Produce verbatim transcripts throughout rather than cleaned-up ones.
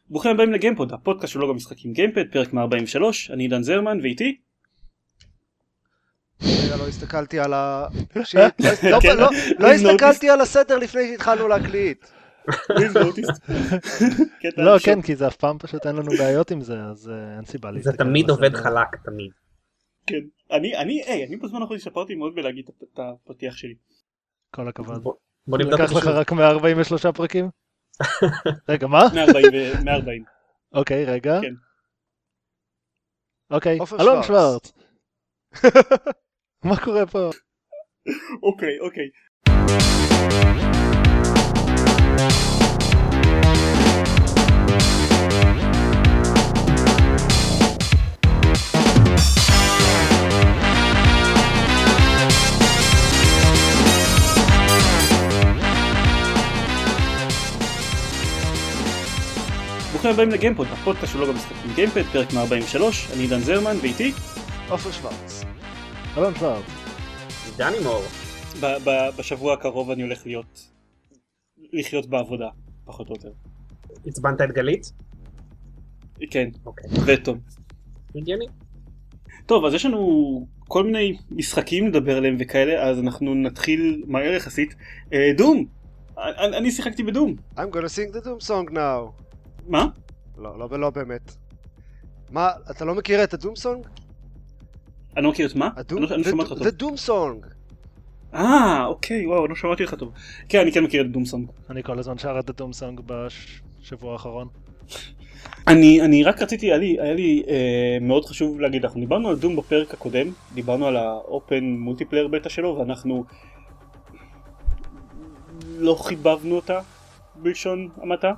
ברוכים הבאים לגיימפוד, הפודקאסט של לוגו משחקים גיימפד, פרק מאה ארבעים ושלוש, אני דן זרמן, ואיתי? רגע, לא הסתכלתי על ה... לא הסתכלתי על הסדר לפני שהתחלנו להקליט. לא, כן, כי זה אף פעם פשוט אין לנו בעיות עם זה, אז אין סיבה להסתכל. זה תמיד עובד חלק, תמיד. כן, אני, אני, היי, אני בזמן האחרון השתפרתי מאוד בלהגיד את הפתיח שלי. כל הכבוד. בוא נבדוק לקח לך רק מאה ארבעים ושלוש פרקים? רגע, מה? מאה ארבעים. אוקיי, רגע. כן. אוקיי, אלון שוורץ. מה קורה פה? אוקיי, אוקיי. ברוכים הבאים לגיימפוד, הפודקאסט של לוגו משחקים גיימפד, פרק מאה ארבעים ושלוש, אני דן זרמן, ואיתי? עופר שוורץ. אלון שוורץ. דני מור. בשבוע הקרוב אני הולך להיות, לחיות בעבודה, פחות או יותר. הצבנת את גלית? כן, אוקיי. וטוב. הגיוני. טוב, אז יש לנו כל מיני משחקים לדבר עליהם וכאלה, אז אנחנו נתחיל מהר יחסית. דום! אני שיחקתי בדום. I'm gonna sing the Doom song now. מה? לא, לא ולא באמת. מה, אתה לא מכיר את הדום סונג? אני לא מכיר את מה? הדום, אני לא שמעתי לך טוב. The Doom song. אה, אוקיי, וואו, לא שמעתי לך טוב. כן, אני כן מכיר את דום סונג. אני כל הזמן שר את הדום סונג בשבוע האחרון. אני, אני רק רציתי, היה לי, היה לי אה, מאוד חשוב להגיד, אנחנו דיברנו על דום בפרק הקודם, דיברנו על האופן מולטיפלייר בטא שלו, ואנחנו לא חיבבנו אותה בלשון המעטה.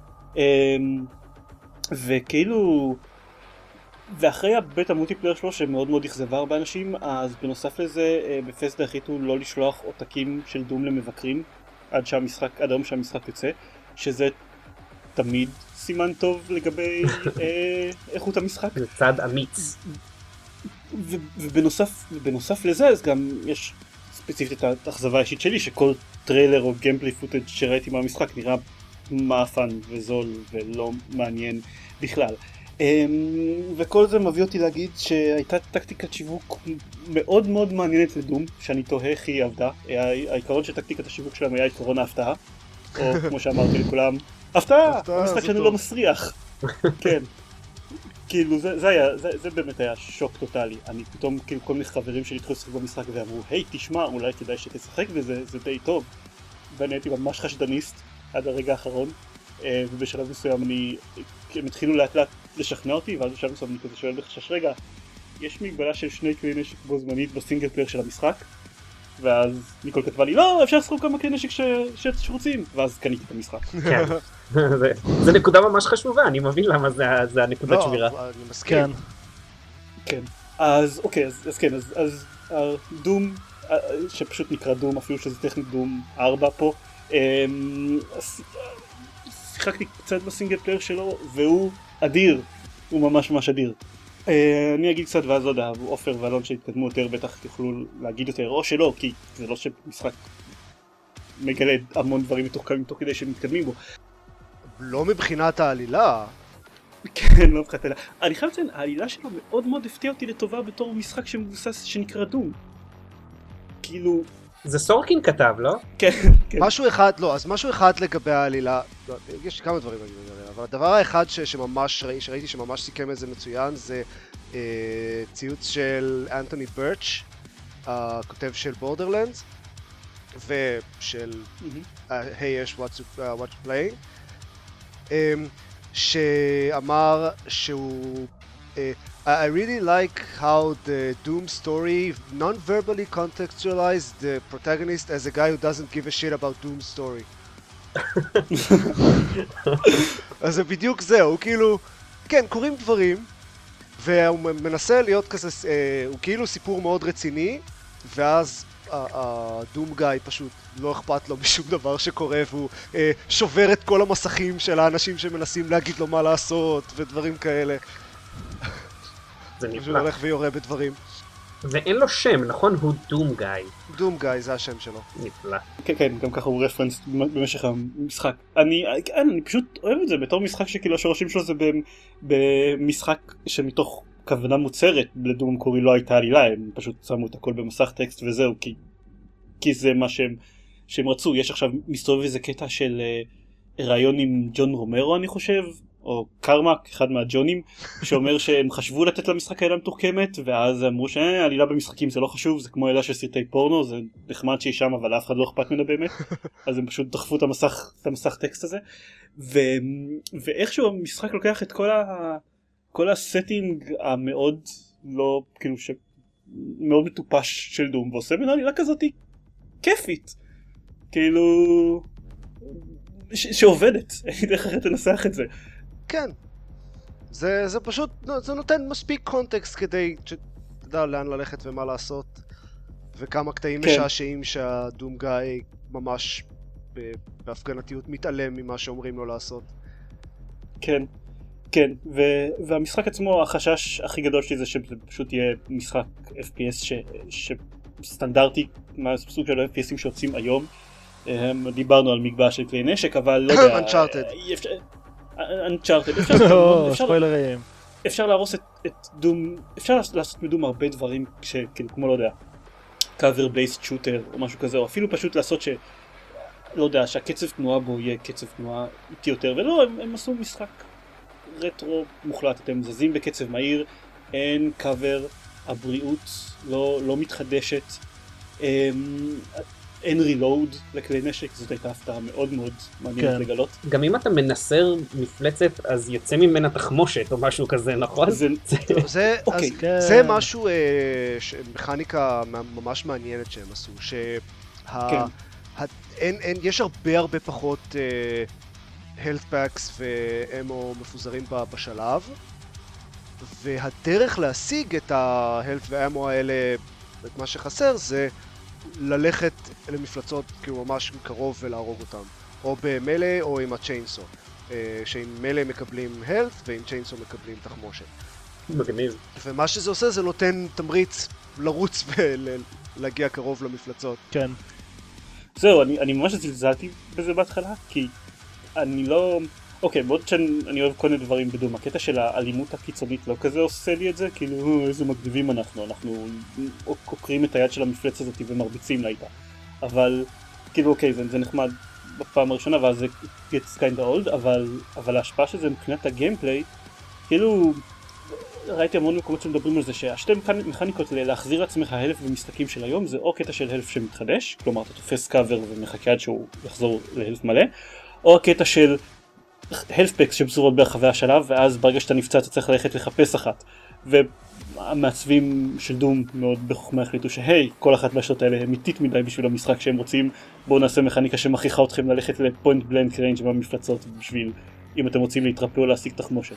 וכאילו ואחרי הבית המולטיפלייר שלו שמאוד מאוד אכזבה הרבה אנשים, אז בנוסף לזה בפסדה החליטו לא לשלוח עותקים של דום למבקרים עד שהמשחק, עד היום שהמשחק יוצא, שזה תמיד סימן טוב לגבי אה, איכות המשחק. זה צד אמיץ. ו- ובנוסף, ובנוסף לזה אז גם יש ספציפית את האכזבה האישית שלי שכל טריילר או גיימפליי פוטאג' שראיתי מהמשחק נראה מאפן וזול ולא מעניין בכלל. וכל זה מביא אותי להגיד שהייתה טקטיקת שיווק מאוד מאוד מעניינת לדום, שאני תוהה איך היא עבדה. העיקרון של טקטיקת השיווק שלהם היה עיקרון ההפתעה, או כמו שאמרתי לכולם, הפתעה! המשחק שלנו לא מסריח. כן. כאילו זה היה, זה באמת היה שוק טוטלי. אני פתאום, כאילו כל מיני חברים שלי התחילו לשחק במשחק ואמרו, היי תשמע, אולי כדאי שתשחק בזה, זה די טוב. ואני הייתי ממש חשדניסט עד הרגע האחרון, ובשלב מסוים אני, הם התחילו לאט לאט לשכנע אותי, ואז בשלב מסוים אני כזה שואל בחשש, רגע, יש מגבלה של שני כלי נשק בו זמנית בסינגל פלייר של המשחק? ואז ניקול כתבה לי, לא, אפשר לשחק כמה כלי נשק שרוצים, ואז קניתי את המשחק. כן, זה נקודה ממש חשובה, אני מבין למה זה הנקודת שבירה. לא, אני מסכים. כן, אז אוקיי, אז כן, אז דום, שפשוט נקרא דום, אפילו שזה טכנית דום ארבע פה, שיחקתי קצת בסינגל פלייר שלו והוא אדיר, הוא ממש ממש אדיר. אני אגיד קצת ואז עוד אופר ואלון שהתקדמו יותר בטח יוכלו להגיד יותר או שלא, כי זה לא שמשחק מגלה המון דברים מתוחכמים תוך כדי שמתקדמים בו. לא מבחינת העלילה. כן, לא מבחינת העלילה. אני חייב לציין, העלילה שלו מאוד מאוד הפתיע אותי לטובה בתור משחק שמבוסס שנקרא דום. כאילו זה סורקין כתב, לא? כן, כן. משהו אחד, לא, אז משהו אחד לגבי העלילה, לא, יש כמה דברים להגיד עליה, אבל הדבר האחד ש, שממש ראי, שראיתי שממש סיכם את זה מצוין, זה אה, ציוץ של אנטוני ברץ', הכותב של בורדרלנדס, ושל mm-hmm. uh, Hey Ash, what's, uh, what's playing, um, שאמר שהוא uh, I really like how the Doom story non-verbally contextualized the protagonist as a guy who doesn't give a shit about Doom story. אז זה בדיוק זה, הוא כאילו, כן, קוראים דברים, והוא מנסה להיות כזה, הוא כאילו סיפור מאוד רציני, ואז הדום גאי פשוט לא אכפת לו משום דבר שקורה, והוא שובר את כל המסכים של האנשים שמנסים להגיד לו מה לעשות, ודברים כאלה. זה פשוט הולך ויורה בדברים. ואין לו שם, נכון? הוא דום גיא. דום גיא זה השם שלו. נפלא. כן, כן, גם ככה הוא רפרנס במשך המשחק. אני, אני, אני פשוט אוהב את זה בתור משחק שכאילו השורשים שלו זה במשחק שמתוך כוונה מוצרת לדום המקורי לא הייתה עלילה, הם פשוט שמו את הכל במסך טקסט וזהו, כי, כי זה מה שהם, שהם רצו. יש עכשיו מסתובב איזה קטע של uh, רעיון עם ג'ון רומרו אני חושב, או קרמק, אחד מהג'ונים, שאומר שהם חשבו לתת למשחק העילה מתוחכמת, ואז אמרו שעלילה במשחקים זה לא חשוב, זה כמו עילה של סרטי פורנו, זה נחמד שהיא שם, אבל אף אחד לא אכפת ממנה באמת, אז הם פשוט דחפו את המסך, את המסך טקסט הזה, ו... ואיכשהו המשחק לוקח את כל, ה... כל הסטינג המאוד לא, כאילו, ש... מאוד מטופש של דום, ועושה ממנו עלילה כזאת כיפית, כאילו... ש... שעובדת, אין דרך אחרת לנסח את זה. כן. זה, זה פשוט, זה נותן מספיק קונטקסט כדי שתדע לאן ללכת ומה לעשות, וכמה קטעים כן. משעשעים שהדום גיא ממש בהפגנתיות מתעלם ממה שאומרים לו לעשות. כן, כן, ו- והמשחק עצמו, החשש הכי גדול שלי זה שזה פשוט יהיה משחק אף פי אס ש- שסטנדרטי, מהסוג של ה-אף פי אסים שיוצאים היום. דיברנו על מגבעה של כלי נשק, אבל לא יודע... Uncharted. Uncharted. ספוילרים. אפשר להרוס את דום, אפשר לעשות מדום הרבה דברים, כאילו כמו לא יודע, cover based shooter או משהו כזה, או אפילו פשוט לעשות ש... לא יודע, שהקצב תנועה בו יהיה קצב תנועה איטי יותר, ולא, הם, הם עשו משחק רטרו מוחלט, אתם זזים בקצב מהיר, אין cover, הבריאות לא, לא מתחדשת, אין רילוד לכלי נשק, זאת הייתה הפתעה מאוד מאוד מעניינת כן. לגלות. גם אם אתה מנסר מפלצת, אז יוצא ממנה תחמושת או משהו כזה, נכון? זה... זה, אוקיי. אז, כן. זה משהו, אה, ש- מכניקה ממש מעניינת שהם עשו, שה... כן. ה- אין, אין, יש הרבה הרבה פחות אה, health packs ואמו מפוזרים ב- בשלב, והדרך להשיג את ה-health ואמו האלה, את מה שחסר, זה ללכת למפלצות כאילו ממש קרוב ולהרוג אותם, או במלה או עם הצ'יינסו, אה, שעם מלה מקבלים health ועם צ'יינסו מקבלים תחמושת. מגניב. ומה שזה עושה זה נותן תמריץ לרוץ ולהגיע קרוב למפלצות. כן. זהו, אני, אני ממש זלזלתי בזה בהתחלה, כי אני לא... אוקיי, בעוד שאני אוהב כל מיני דברים בדום, הקטע של האלימות הקיצונית לא כזה עושה לי את זה, כאילו איזה מגניבים אנחנו, אנחנו עוקרים את היד של המפלץ הזאת ומרביצים לה איתה. אבל, כאילו אוקיי, זה, זה נחמד בפעם הראשונה, ואז זה gets kind of old, אבל, אבל ההשפעה של זה מבחינת הגיימפליי, כאילו... ראיתי המון מקומות שמדברים על זה שהשתי מכניקות להחזיר לעצמך הלף במשחקים של היום זה או קטע של הלף שמתחדש, כלומר אתה תופס קאבר ומחכה עד שהוא יחזור להלף מלא, או הקטע של הלף פקס שבזורות ברחבי השלב, ואז ברגע שאתה נפצע אתה צריך ללכת לחפש אחת, והמעצבים של דום מאוד בחוכמה החליטו שהי, כל אחת מהשתות האלה הם איטית מדי בשביל המשחק שהם רוצים, בואו נעשה מכניקה שמכריחה אתכם ללכת לפוינט בלנק ריינג' במפלצות בשביל אם אתם רוצים להתרפא או להשיג תחמושת.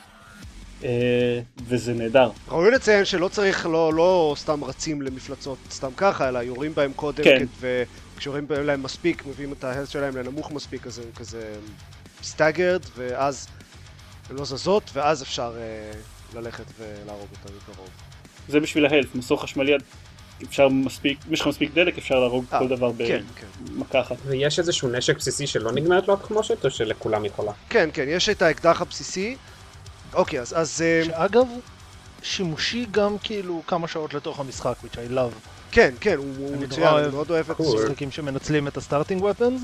וזה נהדר. ראוי לציין שלא צריך, לא, לא סתם רצים למפלצות סתם ככה, אלא יורים בהם קודם, כן. וכשיורים בהם להם מספיק, מביאים את ההלס שלהם לנמוך מספיק, אז הם כזה סטאגרד, ואז הם לא זזות, ואז אפשר uh, ללכת ולהרוג אותם מקרוב. זה בשביל ההלף, מסור חשמלי, אפשר מספיק, אם יש לך מספיק דלק אפשר להרוג 아, כל דבר כן, במכה אחת. ויש איזשהו נשק בסיסי שלא נגמרת לו התחמושת, או שלכולם יכולה? כן, כן, יש את האקדח הבסיסי. אוקיי, אז... אז שאגב, שימושי גם כאילו כמה שעות לתוך המשחק, which I love. כן, כן, הוא מצוין, אני מאוד אוהב את זה. משחקים שמנצלים את הסטארטינג ופנס,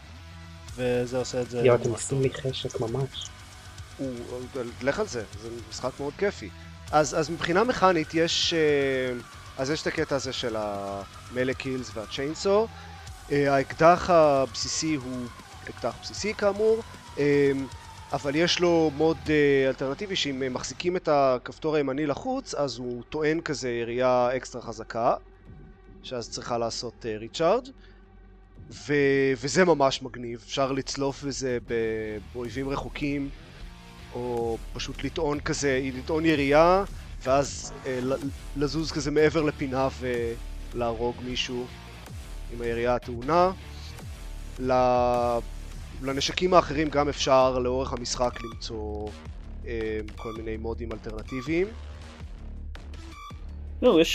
וזה עושה את זה... יואו, אתם עושים לי חשק ממש. הוא... לך על זה, זה משחק מאוד כיפי. אז, אז מבחינה מכנית יש... אז יש את הקטע הזה של המלה קילס והצ'יינסו. האקדח הבסיסי הוא אקדח בסיסי כאמור. אבל יש לו מוד uh, אלטרנטיבי שאם מחזיקים את הכפתור הימני לחוץ אז הוא טוען כזה ירייה אקסטרה חזקה שאז צריכה לעשות ריצ'ארג' uh, ו- וזה ממש מגניב, אפשר לצלוף בזה באויבים רחוקים או פשוט לטעון כזה, לטעון ירייה ואז uh, לזוז כזה מעבר לפינה ולהרוג מישהו עם הירייה הטעונה. לנשקים האחרים גם אפשר לאורך המשחק למצוא אה, כל מיני מודים אלטרנטיביים. לא, יש,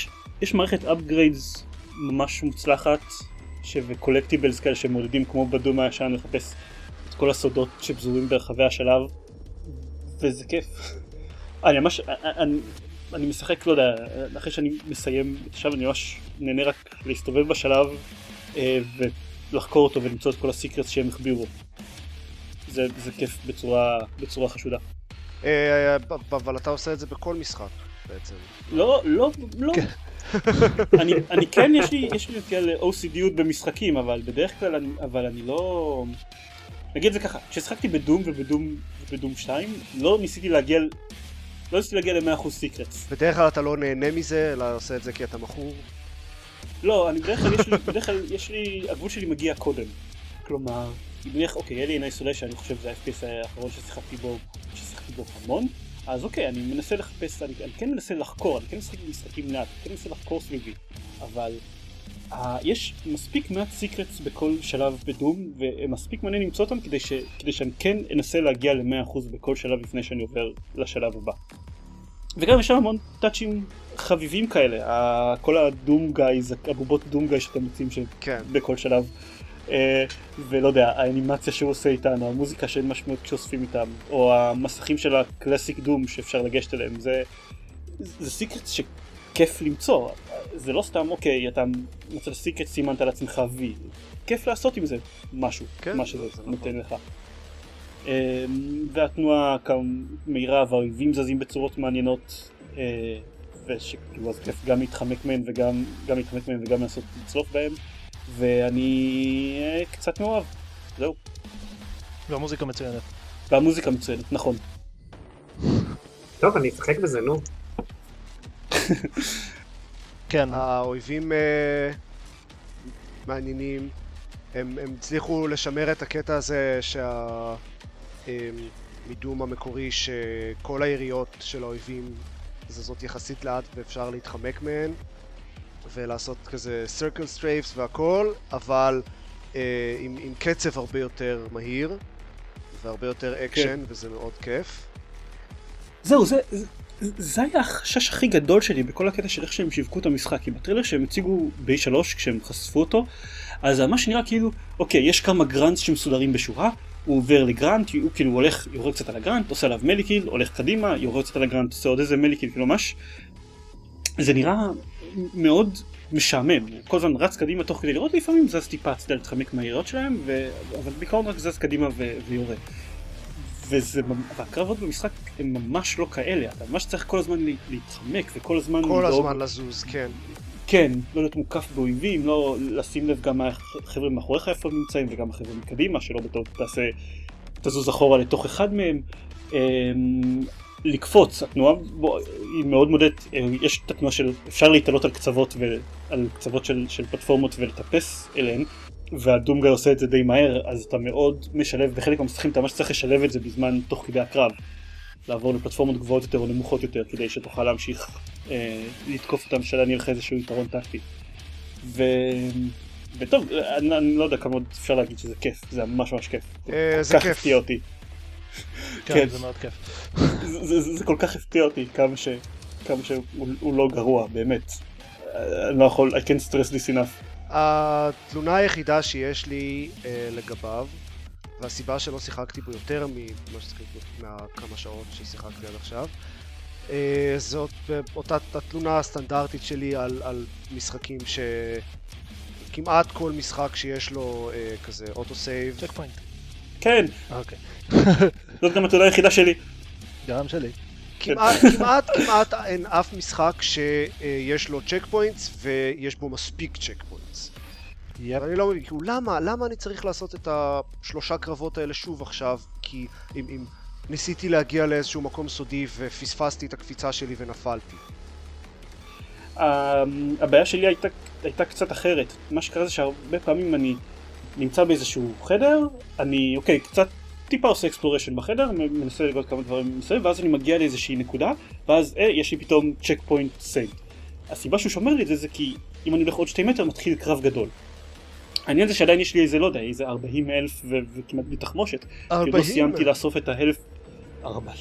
יש מערכת upgrades ממש מוצלחת, וקולקטיבלס כאלה שמודדים כמו בדום הישן לחפש את כל הסודות שפזורים ברחבי השלב, וזה כיף. אני ממש, אני, אני משחק, לא יודע, אחרי שאני מסיים את השלב אני ממש נהנה רק להסתובב בשלב אה, ולחקור אותו ולמצוא את כל הסיקרטס שהם החביאו. זה, זה כיף בצורה, בצורה חשודה. אה, אבל אתה עושה את זה בכל משחק בעצם. לא, לא, לא. אני, אני כן, יש לי, יש לי כאלה או סי די-יות במשחקים, אבל בדרך כלל, אני, אבל אני לא... נגיד את זה ככה, כששחקתי בדום ובדום, ובדום שתיים, לא ניסיתי להגיע, לא ניסיתי להגיע ל-מאה אחוז סיקרטס. בדרך כלל אתה לא נהנה מזה, אלא עושה את זה כי אתה מכור? לא, אני בדרך כלל, יש לי, בדרך כלל, יש לי, הגבול שלי מגיע קודם. כלומר, בדרך, אוקיי, אלי נייסולש, שאני חושב שזה ה-אף פי אס האחרון ששיחקתי בו, ששיחקתי בו המון. אז אוקיי, אני מנסה לחפש, אני, אני כן מנסה לחקור, אני כן משחק במשחקים לאט, אני כן מנסה לחקור סביבי, אבל uh, יש מספיק מעט סיקרטס בכל שלב בדום, ומספיק מעניין למצוא אותם כדי, ש, כדי שאני כן אנסה להגיע ל-מאה אחוז בכל שלב לפני שאני עובר לשלב הבא. וגם יש שם המון טאצ'ים חביבים כאלה, uh, כל הדום גייז, הבובות דום גייז שאתם מוצאים שבכל שלב. Uh, ולא יודע, האנימציה שהוא עושה איתנו, המוזיקה שאין משמעות כשאוספים איתם, או המסכים של הקלאסיק דום שאפשר לגשת אליהם, זה, זה סיקרט שכיף למצוא. זה לא סתם, אוקיי, אתה מצא לסיקרט, סימנת על עצמך וי. כיף לעשות עם זה משהו, כן, מה שזה זה נותן נכון. לך. Uh, והתנועה מהירה והאויבים זזים בצורות מעניינות, uh, ושכאילו אז כיף גם להתחמק מהן וגם גם להתחמק מהן וגם לעשות לצלוף בהם. ואני קצת מאוהב, זהו. והמוזיקה מצוינת. והמוזיקה מצוינת, נכון. טוב, אני אשחק בזה, נו. כן. האויבים אה, מעניינים, הם, הם הצליחו לשמר את הקטע הזה שהמידום המקורי שכל היריות של האויבים זזות יחסית לאט ואפשר להתחמק מהן. ולעשות כזה circle strafes והכל, אבל אה, עם, עם קצב הרבה יותר מהיר והרבה יותר אקשן, כן. וזה מאוד כיף. זהו, זה, זה, זה היה החשש הכי גדול שלי בכל הקטע של איך שהם שיווקו את המשחק, כי בטריילר שהם הציגו ב-איי שלוש כשהם חשפו אותו, אז זה ממש נראה כאילו, אוקיי, יש כמה גרנטס שמסודרים בשורה, הוא עובר לגרנט, הוא כאילו הולך, יורד קצת על הגרנט, עושה עליו מליקיל, הולך קדימה, יורד קצת על הגרנט, עושה עוד איזה מליקיל, כאילו ממש, זה נראה מאוד משעמם, כל הזמן רץ קדימה תוך כדי לראות, לפעמים זז טיפה צדל להתחמק מהירות שלהם, ו... אבל בעיקרון רק זז קדימה ו... ויורה. וזה... והקרבות במשחק הם ממש לא כאלה, אתה ממש צריך כל הזמן להתחמק וכל הזמן... כל הזמן לא... לזוז, כן. כן, לא להיות מוקף באויבים, לא לשים לב גם החבר'ה מאחוריך איפה הם נמצאים וגם החבר'ה מקדימה, שלא בטעות תעשה, תזוז אחורה לתוך אחד מהם. לקפוץ, התנועה בו, היא מאוד מודדת, יש את התנועה של אפשר להתעלות על קצוות ועל קצוות של, של פלטפורמות ולטפס אליהן, והדומגאי עושה את זה די מהר, אז אתה מאוד משלב, בחלק מהמשחקים אתה ממש צריך לשלב את זה בזמן תוך כדי הקרב, לעבור לפלטפורמות גבוהות יותר או נמוכות יותר כדי שתוכל להמשיך אה, לתקוף אותם שלהניע לך איזשהו יתרון טקטי. ו... וטוב, אני, אני לא יודע כמה עוד אפשר להגיד שזה כיף, זה ממש ממש כיף. אה, זה כך כיף. הפתיע אותי. כן, זה מאוד כיף. זה, זה, זה כל כך הפתיע אותי כמה ש... כמה שהוא לא גרוע, באמת. אני לא יכול, I can't stress this enough. התלונה היחידה שיש לי uh, לגביו, והסיבה שלא שיחקתי בו יותר מכמה שעות ששיחקתי עד עכשיו, uh, זאת אותה התלונה הסטנדרטית שלי על, על משחקים שכמעט כל משחק שיש לו uh, כזה אוטו-סייב. צ'ק פוינט. כן. אוקיי. זאת גם התלונה היחידה שלי. גם שלי. כמעט, כמעט, כמעט אין אף משחק שיש לו צ'ק פוינטס ויש בו מספיק צ'ק פוינטס. יפ. אני לא מבין, כאילו, למה, למה אני צריך לעשות את השלושה קרבות האלה שוב עכשיו? כי אם, אם ניסיתי להגיע לאיזשהו מקום סודי ופספסתי את הקפיצה שלי ונפלתי. הבעיה שלי הייתה, הייתה קצת אחרת. מה שקרה זה שהרבה פעמים אני נמצא באיזשהו חדר, אני, אוקיי, קצת טיפה עושה אקספלוריישן בחדר, מנסה לגלות כמה דברים מסביב, ואז אני מגיע לאיזושהי נקודה, ואז אה, יש לי פתאום צ'ק פוינט סייב. הסיבה שהוא שומר לי את זה זה כי אם אני הולך עוד שתי מטר מתחיל קרב גדול. העניין זה שעדיין יש לי איזה, לא יודע, איזה ארבעים אלף ו- וכמעט בתחמושת. כי לא סיימתי לאסוף את האלף... ארבעים?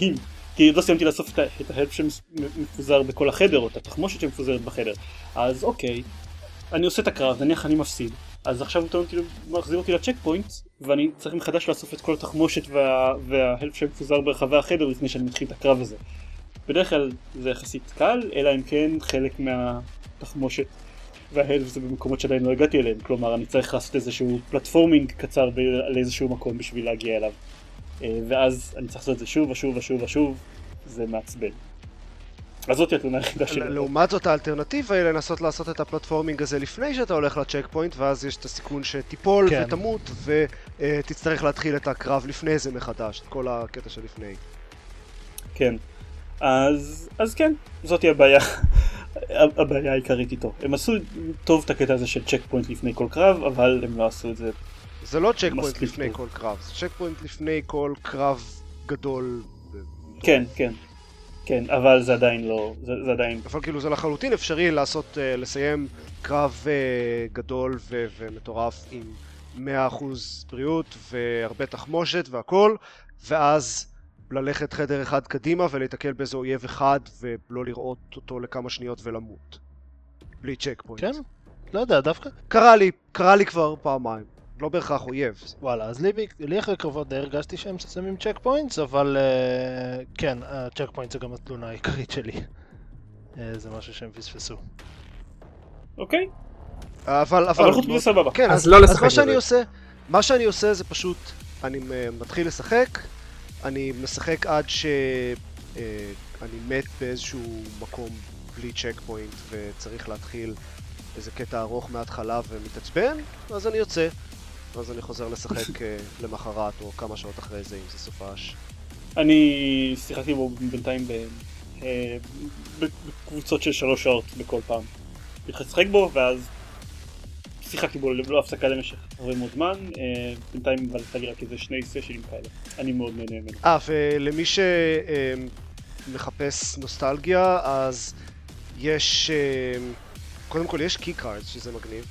כי עוד לא סיימתי לאסוף את ההלפ שמפוזר בכל החדר, או את התחמושת שמפוזרת בחדר. אז אוקיי, אני עושה את הקרב, נניח אני מפסיד, אז עכשיו הוא מחזיר אותי לצ'ק פוינט, ואני צריך מחדש לאסוף את כל התחמושת וההלפ שמפוזר ברחבי החדר לפני שאני מתחיל את הקרב הזה. בדרך כלל זה יחסית קל, אלא אם כן חלק מהתחמושת וההלף זה במקומות שעדיין לא הגעתי אליהם, כלומר אני צריך לעשות איזשהו פלטפורמינג קצר לאיזשהו מקום בשביל להגיע אליו, ואז אני צריך לעשות את זה שוב ושוב ושוב ושוב, זה מעצבן. אז זאת התלונה היחידה שלי. לעומת זאת האלטרנטיבה היא לנסות לעשות את הפלטפורמינג הזה לפני שאתה הולך לצ'ק פוינט, ואז יש את הסיכון שתיפול כן. ותמות ותצטרך להתחיל את הקרב לפני זה מחדש, את כל הקטע שלפני. כן, אז, אז כן, זאת היא הבעיה, הבעיה העיקרית איתו. הם עשו טוב את הקטע הזה של צ'ק פוינט לפני כל קרב, אבל הם לא עשו את זה. זה לא צ'ק פוינט לפני טוב. כל קרב, זה צ'ק פוינט לפני כל קרב גדול. כן, כן, כן, אבל זה עדיין לא, זה, זה עדיין... אבל כאילו זה לחלוטין אפשרי לעשות, לסיים קרב גדול ו- ומטורף עם מאה אחוז בריאות והרבה תחמושת והכל, ואז ללכת חדר אחד קדימה ולהתקל באיזה אויב אחד ולא לראות אותו לכמה שניות ולמות. בלי צ'ק פוינט. כן? לא יודע, דווקא. קרה לי, קרה לי כבר פעמיים. לא בהכרח אויב. וואלה, אז לי, לי אחרי קרבות די הרגשתי שהם שמים צ'ק פוינטס, אבל uh, כן, הצ'ק פוינט זה גם התלונה העיקרית שלי. Uh, זה משהו שהם פספסו. אוקיי. אבל, אבל... אבל חוץ מזה סבבה. כן, אז אז, לא אז לשחק מה שאני בזה. עושה, מה שאני עושה זה פשוט, אני מתחיל לשחק, אני משחק עד שאני מת באיזשהו מקום בלי צ'ק פוינט וצריך להתחיל איזה קטע ארוך מההתחלה ומתעצבן, אז אני יוצא. אז אני חוזר לשחק למחרת או כמה שעות אחרי זה, אם זה סופש. אני שיחקתי בו בינתיים בקבוצות של שלוש שעות בכל פעם. התחלתי לשחק בו, ואז שיחקתי בו ללא הפסקה למשך הרבה מאוד זמן. בינתיים בלתה לי רק איזה שני סשנים כאלה. אני מאוד נהנה ממנו. אה, ולמי שמחפש נוסטלגיה, אז יש... קודם כל יש קי קארדס, שזה מגניב.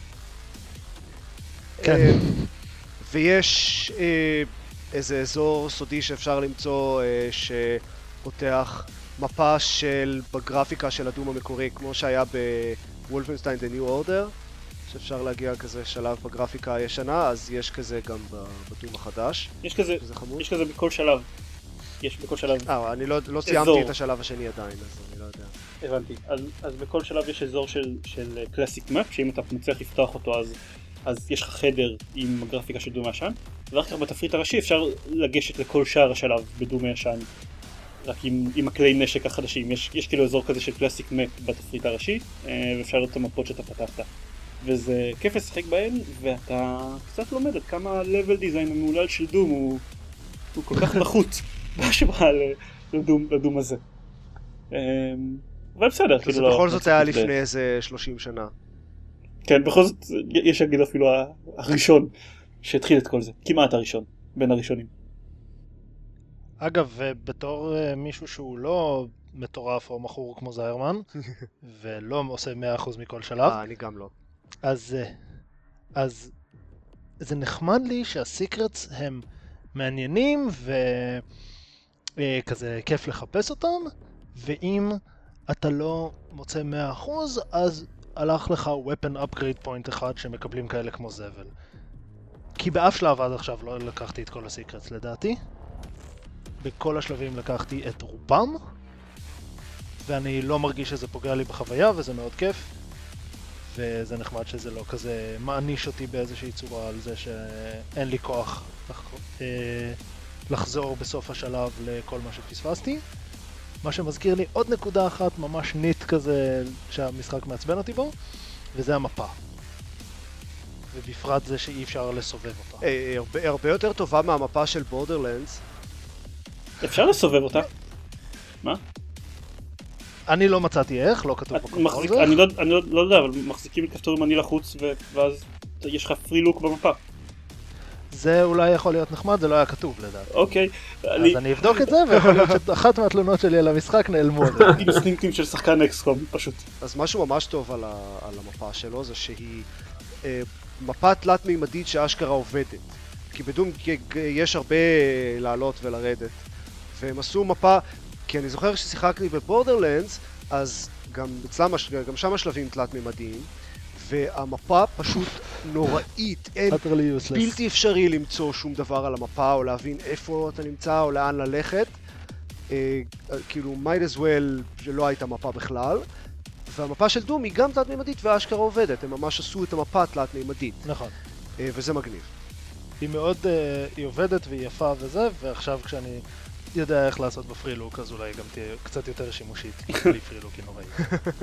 כן. ויש איזה אזור סודי שאפשר למצוא שפותח מפה של בגרפיקה של הדום המקורי, כמו שהיה בוולפנשטיין The New Order, שאפשר להגיע כזה שלב בגרפיקה הישנה, אז יש כזה גם בדום החדש. יש כזה, יש כזה בכל שלב. יש בכל שלב. אה, אני לא, לא סיימתי את השלב השני עדיין, אז אני לא יודע. הבנתי. אז, אז בכל שלב יש אזור של, של קלאסיק מאפ, שאם אתה מצליח לפתוח אותו אז, אז יש לך חדר עם הגרפיקה של דום הישן, ואחר כך בתפריט הראשי אפשר לגשת לכל שאר השלב בדום הישן, רק עם, עם הכלי נשק החדשים. יש, יש כאילו אזור כזה של קלאסיק מאפ בתפריט הראשי, ואפשר לראות את המפות שאתה פתחת. וזה כיף לשחק בהן, ואתה קצת לומד עד כמה level design המעולל של דום הוא, הוא כל כך נחות בהשוואה לדום, לדום הזה. אבל בסדר, כאילו זה לא... בכל זאת היה לפני איזה שלושים שנה. כן, בכל זאת יש להגיד אפילו הראשון שהתחיל את כל זה, כמעט הראשון, בין הראשונים. אגב, בתור מישהו שהוא לא מטורף או מכור כמו זיירמן, ולא עושה מאה אחוז מכל שלב, אה, אני גם לא. אז, אז זה נחמד לי שהסיקרטס הם מעניינים וכזה כיף לחפש אותם, ואם אתה לא מוצא מאה אחוז אז הלך לך weapon upgrade point אחד שמקבלים כאלה כמו זבל. כי באף שלב עד עכשיו לא לקחתי את כל הסיקרטס לדעתי. בכל השלבים לקחתי את רובם, ואני לא מרגיש שזה פוגע לי בחוויה וזה מאוד כיף. וזה נחמד שזה לא כזה מעניש אותי באיזושהי צורה על זה שאין לי כוח לח... לחזור בסוף השלב לכל מה שפספסתי. מה שמזכיר לי עוד נקודה אחת ממש ניט כזה שהמשחק מעצבן אותי בו, וזה המפה. ובפרט זה שאי אפשר לסובב אותה. Hey, הרבה, הרבה יותר טובה מהמפה של בורדרלנדס. אפשר לסובב אותה? מה? אני לא מצאתי איך, לא כתוב בקונטרול זה. אני לא, אני לא, לא יודע, אבל מחזיקים את כפתור ימני לחוץ ואז יש לך פרי לוק במפה. זה אולי יכול להיות נחמד, זה לא היה כתוב לדעתי. אוקיי. אז אני... אני אבדוק את זה, ויכול להיות שאחת מהתלונות שלי על המשחק נעלמו. אינסטינקטים של שחקן אקסקום, פשוט. אז משהו ממש טוב על, ה... על המפה שלו זה שהיא אה, מפה תלת מימדית שאשכרה עובדת. כי בדום יש הרבה לעלות ולרדת. והם עשו מפה, כי אני זוכר ששיחקתי בבורדרלנדס, אז גם אצלם, גם שם השלבים תלת-ממדיים, והמפה פשוט נוראית, אין בלתי אפשרי למצוא שום דבר על המפה, או להבין איפה אתה נמצא, או לאן ללכת. אה, כאילו, might as well שלא הייתה מפה בכלל. והמפה של דום היא גם תלת-ממדית ואשכרה עובדת, הם ממש עשו את המפה תלת-ממדית. נכון. אה, וזה מגניב. היא מאוד, uh, היא עובדת והיא יפה וזה, ועכשיו כשאני יודע איך לעשות בפרילוק, אז אולי גם תהיה קצת יותר שימושית, בלי פרילוק היא נוראית.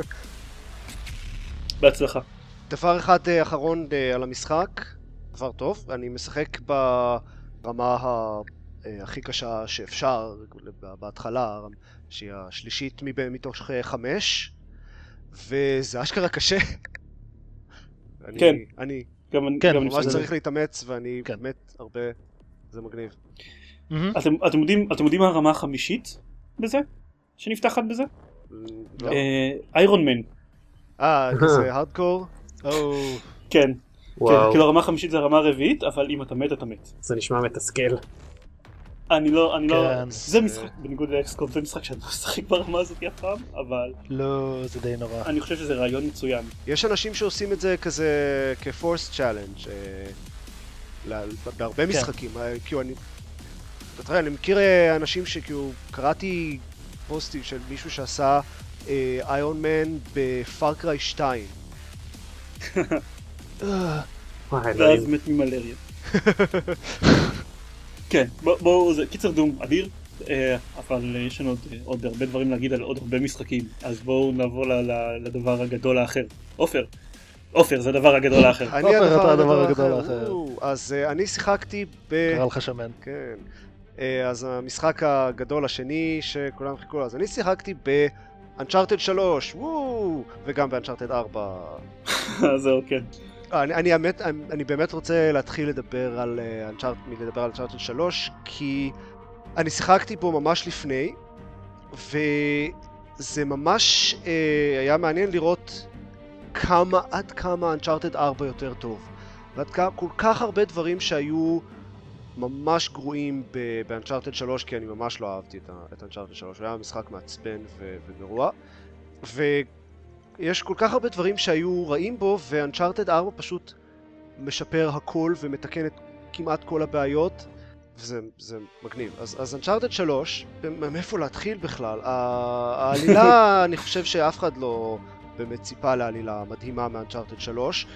בהצלחה. דבר אחד uh, אחרון uh, על המשחק, דבר טוב, אני משחק ברמה ה... הכי קשה שאפשר, בהתחלה, שהיא השלישית מתוך חמש, וזה אשכרה קשה. כן. אני כן, ממש צריך להתאמץ, ואני באמת הרבה, זה מגניב. אתם יודעים מה הרמה החמישית בזה? שנפתחת בזה? איירון מן. אה, כזה הארדקור? כן. כאילו הרמה החמישית זה הרמה הרביעית, אבל אם אתה מת, אתה מת. זה נשמע מתסכל. אני לא, אני לא, זה משחק, בניגוד לאקסקום, זה משחק שאני לא משחק ברמה הזאת אף פעם, אבל... לא, זה די נורא. אני חושב שזה רעיון מצוין. יש אנשים שעושים את זה כזה, כפורס צ'אלנג' בהרבה משחקים, כאילו אני... אתה יודע, אני מכיר אנשים שכאילו, קראתי פוסטים של מישהו שעשה איירון מן בפארקריי שתיים. ואז מת ממלריה. כן, בואו, זה קיצר דום אדיר, אבל יש לנו עוד הרבה דברים להגיד על עוד הרבה משחקים, אז בואו נעבור לדבר הגדול האחר. עופר, עופר זה הדבר הגדול האחר. עופר אתה הדבר הגדול האחר. אז אני שיחקתי ב... קרא לך שמן. כן. אז המשחק הגדול השני שכולם חיכו לו, אז אני שיחקתי ב-Uncharted שלוש, וואו, וגם ב-Uncharted ארבע. זהו, כן. אני, אני, האמת, אני באמת רוצה להתחיל לדבר על Uncharted, לדבר על Uncharted שלוש, כי אני שיחקתי בו ממש לפני, וזה ממש אה, היה מעניין לראות כמה, עד כמה Uncharted ארבע יותר טוב. ועד כמה, כל כך הרבה דברים שהיו ממש גרועים ב-Uncharted שלוש, כי אני ממש לא אהבתי את, את Uncharted שלוש, הוא היה משחק מעצבן ו- וגרוע. ו... יש כל כך הרבה דברים שהיו רעים בו, ו-Uncharted ארבע פשוט משפר הכל ומתקן את כמעט כל הבעיות, וזה זה מגניב. אז, אז Uncharted שלוש, מאיפה להתחיל בכלל? העלילה, אני חושב שאף אחד לא באמת ציפה לעלילה מדהימה מ-Uncharted שלוש,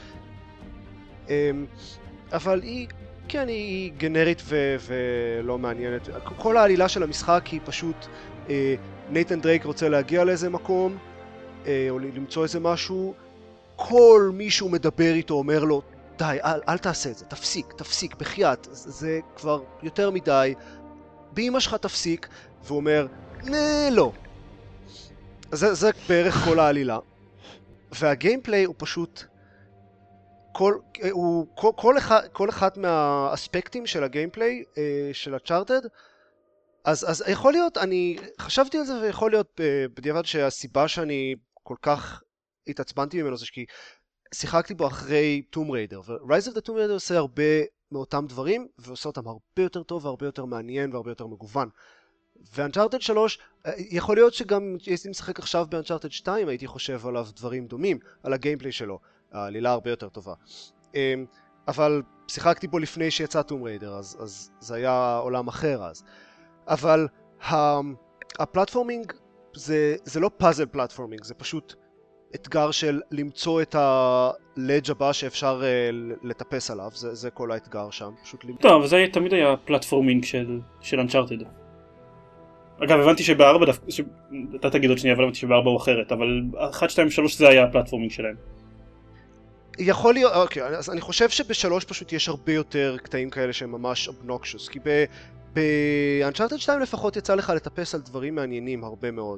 אבל היא, כן, היא גנרית ו- ולא מעניינת. כל העלילה של המשחק היא פשוט, נייתן דרייק רוצה להגיע לאיזה מקום, או למצוא איזה משהו, כל מישהו מדבר איתו אומר לו, די, אל, אל תעשה את זה, תפסיק, תפסיק, בחייאת, זה, זה כבר יותר מדי, באמא שלך תפסיק, והוא אומר, נה, לא. זה, זה בערך כל העלילה. והגיימפליי הוא פשוט, כל, הוא, כל, כל, אחד, כל אחד מהאספקטים של הגיימפליי של Uncharted, אז, אז יכול להיות, אני חשבתי על זה ויכול להיות בדיעבד שהסיבה שאני כל כך התעצבנתי ממנו זה כי שיחקתי בו אחרי Tomb Raider, ו-Rise of the Tomb Raider עושה הרבה מאותם דברים ועושה אותם הרבה יותר טוב והרבה יותר מעניין והרבה יותר מגוון. ו-Uncharted שלוש, יכול להיות שגם הייתי משחק עכשיו ב-Uncharted שתיים הייתי חושב עליו דברים דומים, על הגיימפליי שלו, העלילה הרבה יותר טובה. אבל שיחקתי בו לפני שיצא Tomb Raider, אז, אז זה היה עולם אחר אז. אבל הפלטפורמינג זה, זה לא פאזל פלטפורמינג, זה פשוט אתגר של למצוא את הלדג' הבא שאפשר לטפס עליו, זה, זה כל האתגר שם, פשוט למצוא. טוב, זה תמיד היה פלטפורמינג של, של Uncharted. אגב, הבנתי שבארבע דווקא, אתה תגיד עוד שנייה, אבל הבנתי שבארבע הוא אחרת, אבל אחת, שתיים, שלוש זה היה הפלטפורמינג שלהם. יכול להיות, אוקיי, אז אני חושב שבשלוש פשוט יש הרבה יותר קטעים כאלה שהם ממש אבנוקשוס, כי ב... ב-Uncharted שתיים לפחות יצא לך לטפס על דברים מעניינים הרבה מאוד.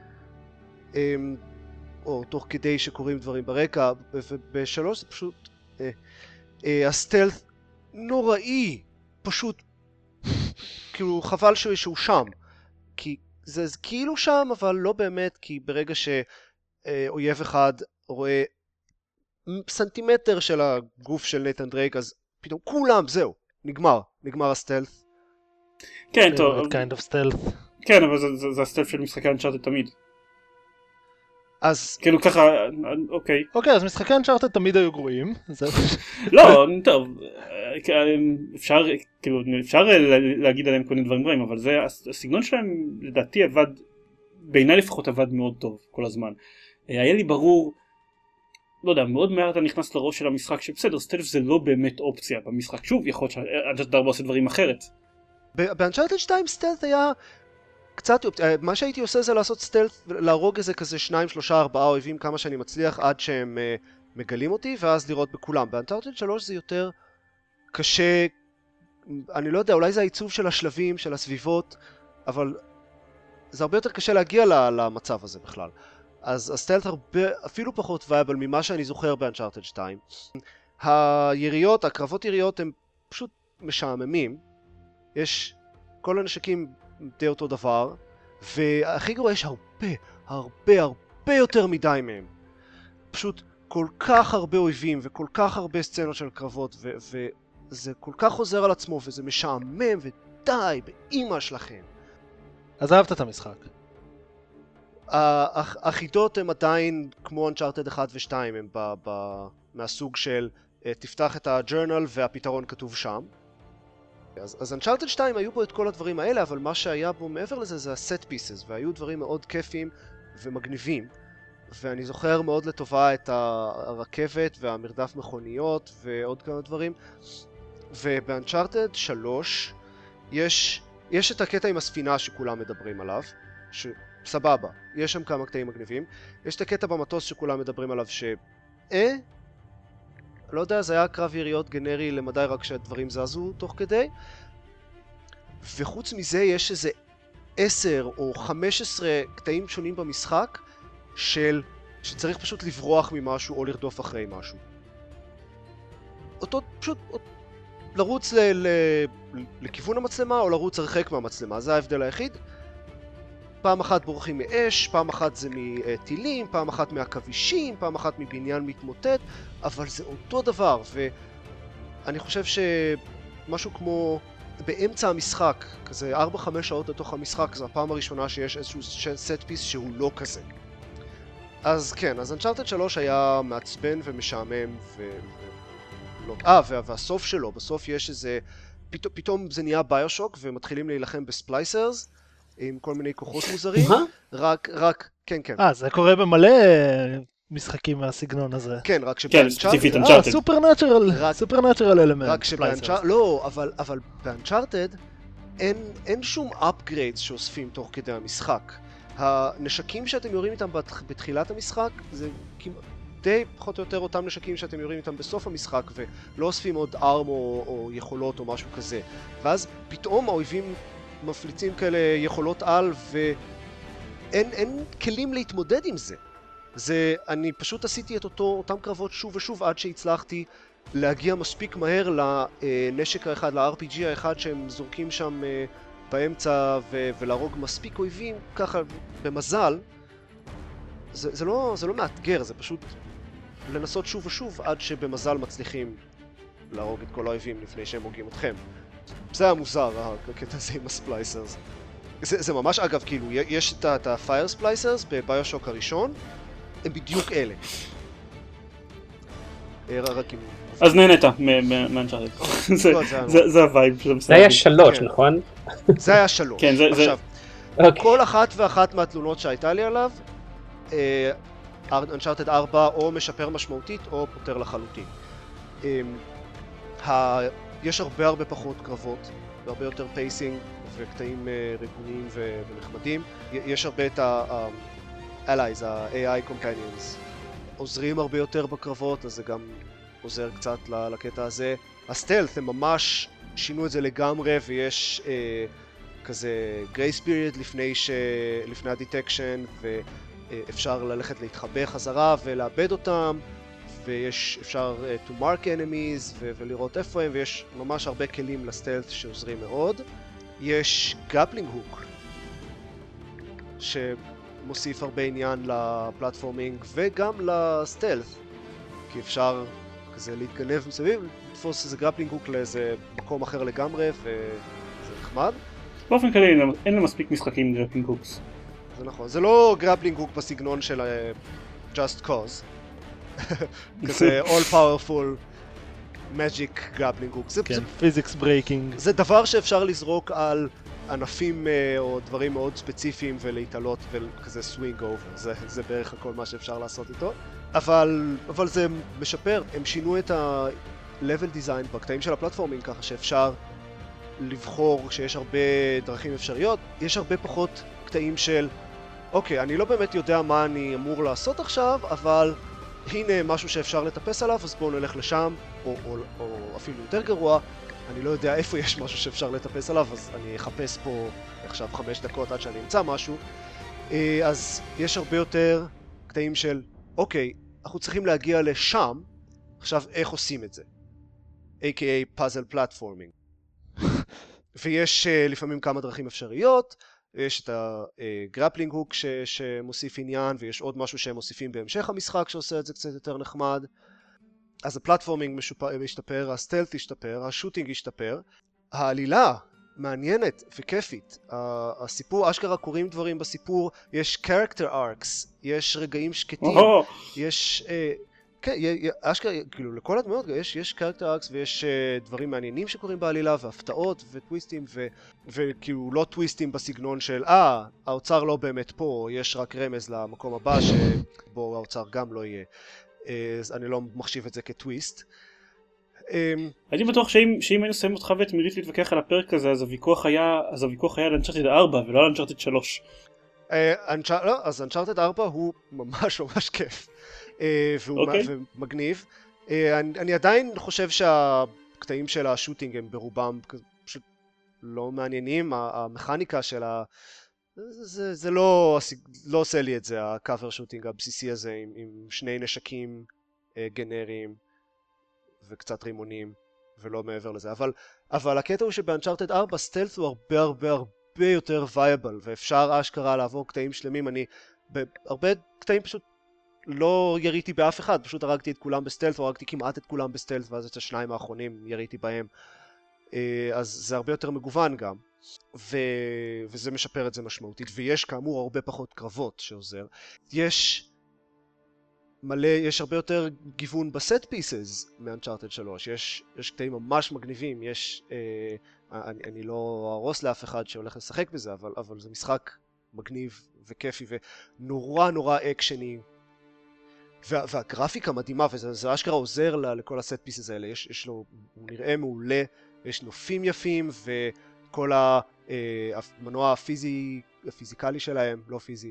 או תוך כדי שקוראים דברים ברקע, וב-שלוש זה פשוט... הסטלת נוראי, פשוט... כאילו חבל שהוא שם. כי זה כאילו שם, אבל לא באמת, כי ברגע שאויב אחד רואה סנטימטר של הגוף של נייתן דרייק, אז פתאום כולם, זהו, נגמר, נגמר הסטלת. כן, טוב. kind of stealth. כן, אבל זה- זה- זה הסטייל של משחקי אנצ'ארטד תמיד. אז כאילו ככה, אוקיי. אוקיי, אז משחקי אנצ'ארטד תמיד היו גרועים. זה- לא, טוב, אפשר, כאילו, אפשר להגיד עליהם כל מיני דברים גרועים, אבל זה, הסגנון שלהם לדעתי עבד, בעיניי לפחות עבד מאוד טוב כל הזמן. היה לי ברור, לא יודע, מאוד מהר אתה נכנס לראש של המשחק, שבסדר, סטלף זה לא באמת אופציה במשחק. שוב, יכול להיות שאנצ'ארטד ארבע עושה דברים אחרת. באנצ'ארטד שתיים סטלט היה קצת, מה שהייתי עושה זה לעשות סטלט, להרוג איזה כזה שניים, שלושה, ארבעה אויבים כמה שאני מצליח עד שהם uh, מגלים אותי, ואז לראות בכולם. באנצ'ארטד שלוש זה יותר קשה, אני לא יודע, אולי זה העיצוב של השלבים, של הסביבות, אבל זה הרבה יותר קשה להגיע למצב הזה בכלל. אז הסטלט הרבה, אפילו פחות וייבל ממה שאני זוכר באנצ'ארטד שתיים. היריות, הקרבות יריות הם פשוט משעממים. יש כל הנשקים די אותו דבר, והכי גרוע יש הרבה, הרבה, הרבה יותר מדי מהם. פשוט כל כך הרבה אויבים וכל כך הרבה סצנות של קרבות, ו- וזה כל כך חוזר על עצמו, וזה משעמם, ודי, באמא שלכם. אז אהבת את המשחק. החידות הן עדיין כמו Uncharted אחת ו-שתיים, הם ב- ב- מהסוג של תפתח את הג'ורנל והפתרון כתוב שם. אז, אז Uncharted שתיים היו בו את כל הדברים האלה, אבל מה שהיה בו מעבר לזה זה ה-set pieces, והיו דברים מאוד כיפים ומגניבים. ואני זוכר מאוד לטובה את הרכבת והמרדף מכוניות ועוד כמה דברים. וב-Uncharted שלוש יש, יש את הקטע עם הספינה שכולם מדברים עליו, שסבבה, יש שם כמה קטעים מגניבים. יש את הקטע במטוס שכולם מדברים עליו ש... אה? לא יודע, זה היה קרב יריות גנרי למדי רק שהדברים זזו תוך כדי. וחוץ מזה יש איזה עשר או חמש עשרה קטעים שונים במשחק של שצריך פשוט לברוח ממשהו או לרדוף אחרי משהו. אותו פשוט לרוץ ל, ל, לכיוון המצלמה או לרוץ הרחק מהמצלמה, זה ההבדל היחיד. פעם אחת בורחים מאש, פעם אחת זה מטילים, פעם אחת מהכבישים, פעם אחת מבניין מתמוטט, אבל זה אותו דבר, ואני חושב שמשהו כמו באמצע המשחק, כזה ארבע חמש שעות לתוך המשחק, זו הפעם הראשונה שיש איזשהו סט פיס שהוא לא כזה. אז כן, אז Uncharted שלוש היה מעצבן ומשעמם ו... ו... אה, וה... והסוף שלו, בסוף יש איזה... פת... פתאום זה נהיה ביושוק ומתחילים להילחם בספלייסרס עם כל מיני כוחות מוזרים. מה? רק, רק, כן, כן. אה, זה קורה במלא משחקים מהסגנון הזה. כן, רק כן, שבאנצ'ארטד... ספציפית אה, אנצ'ארטד. סופרנטרל, רק- סופרנטרל אלמנט. רק שבאנצ'ארטד... לא, אבל, אבל באנצ'ארטד אין, אין שום upgrades שאוספים תוך כדי המשחק. הנשקים שאתם יורים איתם בת- בתחילת המשחק זה כמעט די פחות או יותר אותם נשקים שאתם יורים איתם בסוף המשחק ולא אוספים עוד ארם או, או יכולות או משהו כזה. ואז פתאום האויבים מפליצים כאלה יכולות על ואין אין כלים להתמודד עם זה. זה, אני פשוט עשיתי את אותו, אותם קרבות שוב ושוב עד שהצלחתי להגיע מספיק מהר לנשק האחד, ל-אר פי ג'י האחד שהם זורקים שם באמצע ו- ולהרוג מספיק אויבים ככה במזל. זה, זה, לא, זה לא מאתגר, זה פשוט לנסות שוב ושוב עד שבמזל מצליחים להרוג את כל האויבים לפני שהם הורגים אתכם. זה היה מוזר, הקטע הזה עם הספלייסרס. זה, זה ממש, אגב, כאילו, יש את ה-Fire Splicers בביושוק הראשון, הם בדיוק אלה. רק עם... אז נהנית מאנצ'ארטד. זה הווייב של המשחק. זה היה שלוש, כן. נכון? זה היה שלוש. כן, זה- זה- עכשיו, אוקיי. כל אחת ואחת מהתלונות שהייתה לי עליו, Uncharted ארבע או משפר משמעותית או פותר לחלוטין. אה, ה- יש הרבה הרבה פחות קרבות, והרבה יותר פייסינג וקטעים אה, רגועים ו- ונחמדים. י- יש הרבה את ה-allies, ה-איי איי companions, עוזרים הרבה יותר בקרבות, אז זה גם עוזר קצת ל- לקטע הזה. הסטלט, הם ממש שינו את זה לגמרי, ויש אה, כזה גרייס פיריד לפני, ש... לפני הדיטקשן, ואפשר ללכת להתחבא חזרה ולאבד אותם, ויש אפשר uh, to mark enemies ו- ולראות איפה הם, ויש ממש הרבה כלים לסטלט שעוזרים מאוד. יש גפלינג הוק שמוסיף הרבה עניין לפלטפורמינג וגם לסטלט, כי אפשר כזה להתגנב מסביב, לתפוס איזה גפלינג הוק לאיזה מקום אחר לגמרי וזה נחמד. באופן כללי אין לה- אין לה מספיק משחקים גרפלינג הוקס. זה נכון, זה לא גרפלינג הוק בסגנון של אה, Just Cause. כזה all powerful magic גרפלינג הוק. זה, כן, זה, פיזיקס ברייקינג. זה דבר שאפשר לזרוק על ענפים אה, או דברים מאוד ספציפיים ולהתעלות וכזה swing over. זה, זה בערך הכל מה שאפשר לעשות איתו. אבל, אבל זה משפר, הם שינו את ה-level design בקטעים של הפלטפורמינג ככה שאפשר לבחור שיש הרבה דרכים אפשריות, יש הרבה פחות קטעים של אוקיי, אני לא באמת יודע מה אני אמור לעשות עכשיו, אבל הנה משהו שאפשר לטפס עליו, אז בואו נלך לשם, או, או, או אפילו יותר גרוע, אני לא יודע איפה יש משהו שאפשר לטפס עליו, אז אני אחפש פה עכשיו חמש דקות עד שאני אמצא משהו. אז יש הרבה יותר קטעים של אוקיי, אנחנו צריכים להגיע לשם, עכשיו איך עושים את זה? איי קיי איי puzzle platforming. ויש uh, לפעמים כמה דרכים אפשריות, יש את הגרפלינג הוק ש- שמוסיף עניין, ויש עוד משהו שהם מוסיפים בהמשך המשחק שעושה את זה קצת יותר נחמד. אז הפלטפורמינג משתפר, הסטלט ישתפר, השוטינג ישתפר, העלילה מעניינת וכיפית, הסיפור, אשכרה קוראים דברים בסיפור, יש character arcs, יש רגעים שקטים, יש... Uh, כן, אשכרה, כאילו, לכל הדמויות יש, יש character arcs ויש uh, דברים מעניינים שקורים בעלילה, והפתעות וטוויסטים, ו, וכאילו לא טוויסטים בסגנון של, אה, ah, האוצר לא באמת פה, יש רק רמז למקום הבא שבו האוצר גם לא יהיה. אז אני לא מחשיב את זה כטוויסט. הייתי בטוח שאם, שאם היינו שמים אותך ואת מירית להתווכח על הפרק הזה, אז הוויכוח היה, אז הוויכוח היה על אנצ'ארטד ארבע ולא על אנצ'ארטד שלוש. לא, אז אנצ'ארטד ארבע הוא ממש ממש כיף. והוא מגניב. אני, אני עדיין חושב שהקטעים של השוטינג הם ברובם פשוט לא מעניינים. המכניקה של ה... זה, זה לא, לא עושה לי את זה, הקאבר שוטינג הבסיסי הזה עם, עם שני נשקים גנריים וקצת רימונים ולא מעבר לזה. אבל, אבל הקטע הוא שבאנצ'ארטד ארבע סטלט הוא הרבה הרבה הרבה יותר וייבל, ואפשר אשכרה לעבור קטעים שלמים. אני בהרבה קטעים פשוט לא יריתי באף אחד, פשוט הרגתי את כולם בסטלט, או הרגתי כמעט את כולם בסטלט, ואז את השניים האחרונים יריתי בהם. אז זה הרבה יותר מגוון גם, ו... וזה משפר את זה משמעותית, ויש כאמור הרבה פחות קרבות שעוזר. יש מלא, יש הרבה יותר גיוון בסט פיסס מאנצ'ארטד שלוש, יש, יש קטעים ממש מגניבים, יש, אה, אני, אני לא ארוס לאף אחד שהולך לשחק בזה, אבל, אבל זה משחק מגניב וכיפי ונורא נורא אקשני, וה, והגרפיקה מדהימה, וזה אשכרה עוזר לה, לכל הסט פיסס האלה. יש, יש לו, הוא נראה מעולה, יש נופים יפים, וכל המנוע הפיזי, הפיזיקלי שלהם, לא פיזי,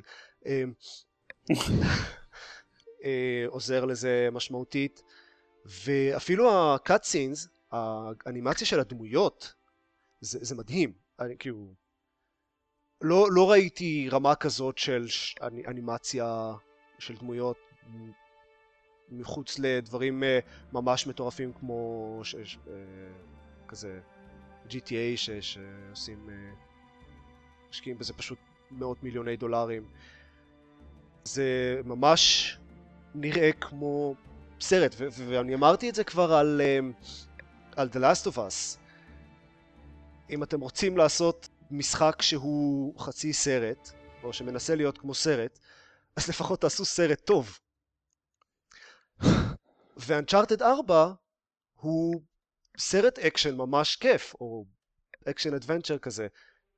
עוזר לזה משמעותית. ואפילו הקאט סינס, האנימציה של הדמויות, זה, זה מדהים. אני, כאילו, לא, לא ראיתי רמה כזאת של אנימציה של דמויות מחוץ לדברים ממש מטורפים כמו ש, ש, כזה ג'י טי איי ש, שעושים, משקיעים בזה פשוט מאות מיליוני דולרים. זה ממש נראה כמו סרט, ו- ואני אמרתי את זה כבר על, על The Last of Us. אם אתם רוצים לעשות משחק שהוא חצי סרט, או שמנסה להיות כמו סרט, אז לפחות תעשו סרט טוב. ואנצ'ארטד ארבע הוא סרט אקשן ממש כיף, או אקשן אדוונצ'ר כזה.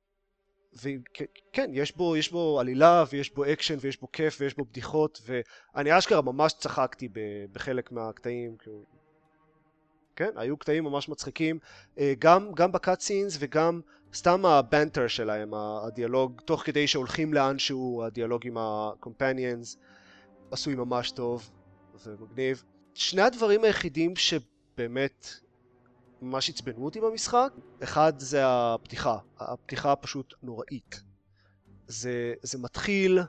וכן, יש בו, יש בו עלילה, ויש בו אקשן, ויש בו כיף, ויש בו בדיחות, ואני אשכרה ממש צחקתי בחלק מהקטעים. כן, היו קטעים ממש מצחיקים, גם, גם בקאט סינס וגם סתם הבנטר שלהם, הדיאלוג, תוך כדי שהולכים לאנשהו, הדיאלוג עם הקומפניאנס, עשוי ממש טוב ומגניב. שני הדברים היחידים שבאמת ממש עצבנו אותי במשחק, אחד זה הפתיחה, הפתיחה פשוט נוראית. זה, זה מתחיל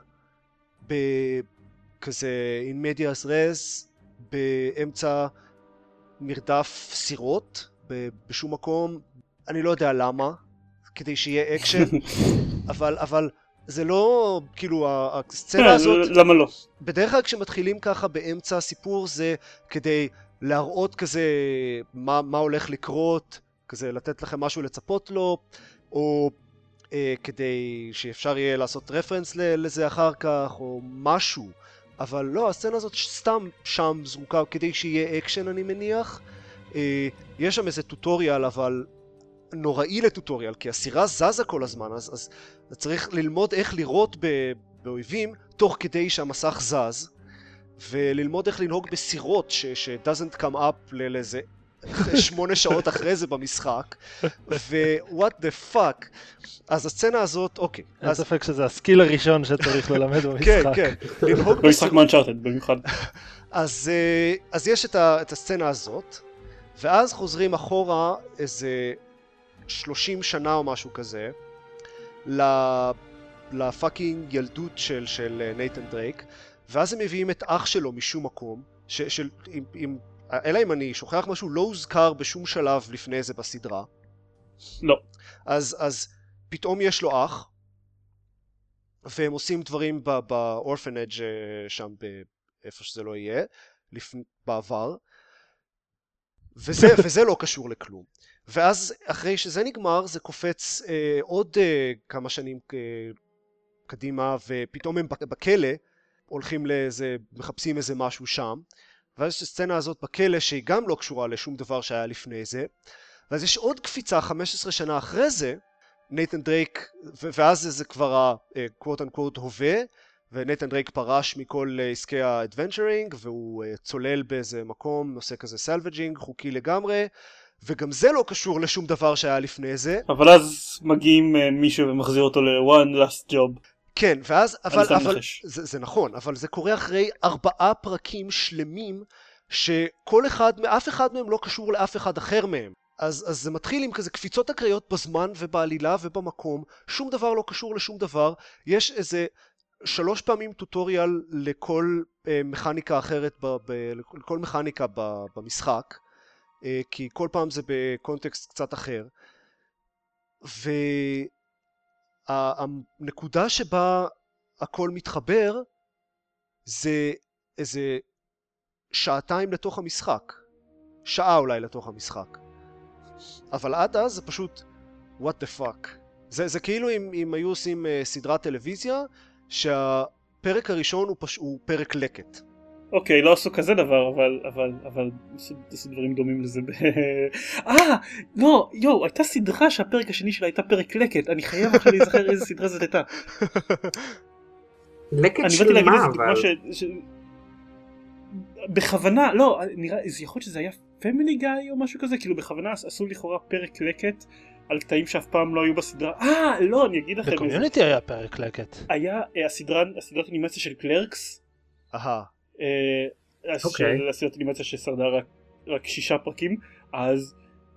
בכזה in medias res, באמצע מרדף סירות, בשום מקום, אני לא יודע למה, כדי שיהיה אקשן, אבל, אבל זה לא, כאילו, הסצנה הזאת, למה לא? בדרך כלל כשמתחילים ככה באמצע הסיפור זה כדי להראות כזה מה, מה הולך לקרות, כזה לתת לכם משהו לצפות לו, או אה, כדי שאפשר יהיה לעשות רפרנס לזה אחר כך או משהו, אבל לא, הסצנה הזאת סתם שם זרוקה כדי שיהיה אקשן אני מניח. אה, יש שם איזה טוטוריאל אבל נוראי לטוטוריאל, כי הסירה זזה כל הזמן, אז, אז צריך ללמוד איך לירות באויבים תוך כדי שהמסך זז, וללמוד איך לנהוג בסירות ש, ש doesn't come up לאיזה שמונה שעות אחרי זה במשחק, ו-what the fuck. אז הסצנה הזאת, אוקיי. אין אז... ספק שזה הסקיל הראשון שצריך ללמד במשחק. כן, כן. לנהוג במשחק מאנצ'ארטד במיוחד. אז, אז יש את, ה, את הסצנה הזאת, ואז חוזרים אחורה איזה שלושים שנה או משהו כזה, לפאקינג ילדות של, של נייתן דרייק, ואז הם מביאים את אח שלו משום מקום, ש, של, עם, עם, אלא אם אני שוכח משהו, לא הוזכר בשום שלב לפני זה בסדרה. לא. אז, אז פתאום יש לו אח, והם עושים דברים באורפנג' שם, איפה שזה לא יהיה, לפני, בעבר, וזה, וזה לא קשור לכלום. ואז אחרי שזה נגמר זה קופץ אה, עוד אה, כמה שנים אה, קדימה, ופתאום הם בכלא הולכים לאיזה, מחפשים איזה משהו שם, ואז יש הסצנה הזאת בכלא שהיא גם לא קשורה לשום דבר שהיה לפני זה, ואז יש עוד קפיצה חמש עשרה שנה אחרי זה, נייתן דרייק, ו- ואז זה כבר ה-quote unquote הווה, ונייתן דרייק פרש מכל עסקי האדוונצ'רינג, והוא uh, צולל באיזה מקום, עושה כזה סלווג'ינג, חוקי לגמרי, וגם זה לא קשור לשום דבר שהיה לפני זה. אבל אז מגיעים uh, מישהו ומחזיר אותו ל-one last job. כן, ואז, אבל, אבל זה, זה נכון, אבל זה קורה אחרי ארבעה פרקים שלמים, שכל אחד, מאף אחד מהם לא קשור לאף אחד אחר מהם. אז, אז זה מתחיל עם כזה קפיצות אקראיות בזמן ובעלילה ובמקום, שום דבר לא קשור לשום דבר, יש איזה שלוש פעמים טוטוריאל לכל אה, מכניקה אחרת, ב, ב, לכל מכניקה ב, במשחק, אה, כי כל פעם זה בקונטקסט קצת אחר, והנקודה שבה הכל מתחבר זה איזה שעתיים לתוך המשחק, שעה אולי לתוך המשחק, אבל עד אז זה פשוט what the fuck. זה, זה כאילו אם, אם היו עושים uh, סדרת טלוויזיה שהפרק הראשון הוא, פש... הוא פרק לקט. אוקיי, לא עשו כזה דבר, אבל, אבל, אבל עשו דברים דומים לזה. אה, לא, יו, הייתה סדרה שהפרק השני שלה הייתה פרק לקט, אני חייב עכשיו להיזכר איזה סדרה זאת הייתה. לקט של מה, אבל... בכוונה, לא, נראה, יכול להיות שזה היה פמילי גאי או משהו כזה, כאילו בכוונה עשו לכאורה פרק לקט על קטעים שאף פעם לא היו בסדרה. אה, לא, אני אגיד לכם. בקומיוניטי היה פרק לקט. היה הסדרה, הסדרת אנימציה של קלרקס. אהה. של הסדרת אנימציה ששרדה רק, רק שישה פרקים, אז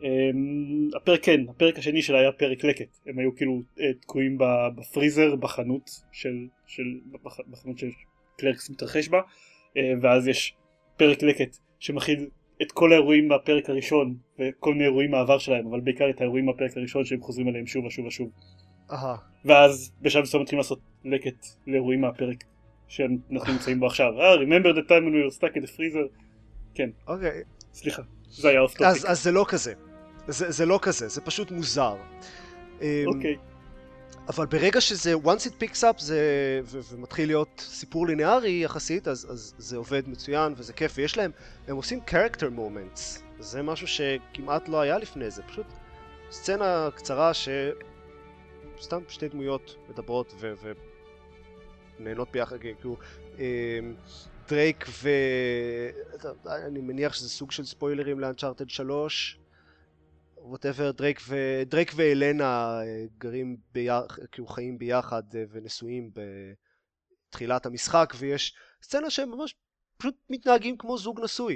הפרק כן, הפרק השני שלה היה פרק לקט. הם היו כאילו תקועים בפריזר בחנות של, של, בחנות של קלרקס מתרחש בה, ואז יש פרק לקט שמכיל את כל האירועים מהפרק הראשון וכל מיני אירועים מהעבר שלהם, אבל בעיקר את האירועים מהפרק הראשון שהם חוזרים עליהם שוב ושוב ושוב. אהה. ואז בשלב מסוים מתחילים לעשות לקט לאירועים מהפרק שאנחנו נמצאים בו עכשיו. אה, remember the time when we were stuck in the freezer. כן. אוקיי. סליחה, זה היה אוף טופיק. אז, אז זה לא כזה. זה, זה לא כזה, זה פשוט מוזר. אוקיי. אבל ברגע שזה once it picks up זה, ו- ומתחיל להיות סיפור ליניארי יחסית, אז, אז זה עובד מצוין וזה כיף, ויש להם, הם עושים character moments, זה משהו שכמעט לא היה לפני זה, פשוט סצנה קצרה שסתם שתי דמויות מדברות ו... ו- נהנות ביחד, כאילו דרייק ו... אני מניח שזה סוג של ספוילרים לאנצ'ארטד שלוש, whatever, דרייק ו... דרייק ואלנה גרים ביחד, כאילו חיים ביחד ונשואים בתחילת המשחק, ויש סצנה שהם ממש פשוט מתנהגים כמו זוג נשוי.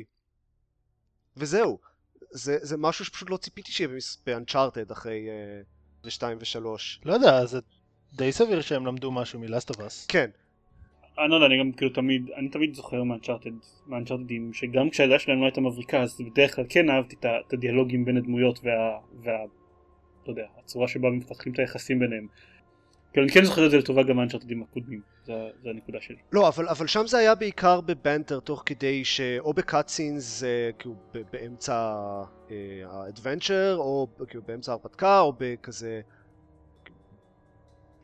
וזהו. זה, זה משהו שפשוט לא ציפיתי שיהיה באנצ'ארטד אחרי ושתיים ושלוש. לא יודע, זה די סביר שהם למדו משהו מ-Last of Us. כן. אני לא יודע, אני גם כאילו תמיד, אני תמיד זוכר מהאנצ'ארטד, מהאנצ'ארטדים, שגם כשהידיעה שלהם לא הייתה מבריקה, אז בדרך כלל כן אהבתי את הדיאלוגים בין הדמויות וה, וה, לא יודע, הצורה שבה מפתחים את היחסים ביניהם. כאילו אני כן זוכר את זה לטובה גם מהאנצ'ארטדים הקודמים, זה, זה הנקודה שלי. לא, אבל, אבל שם זה היה בעיקר בבנטר, תוך כדי שאו בקאטסינס, כאילו באמצע האדוונצ'ר, או כאילו באמצע ההרפתקה, או בכזה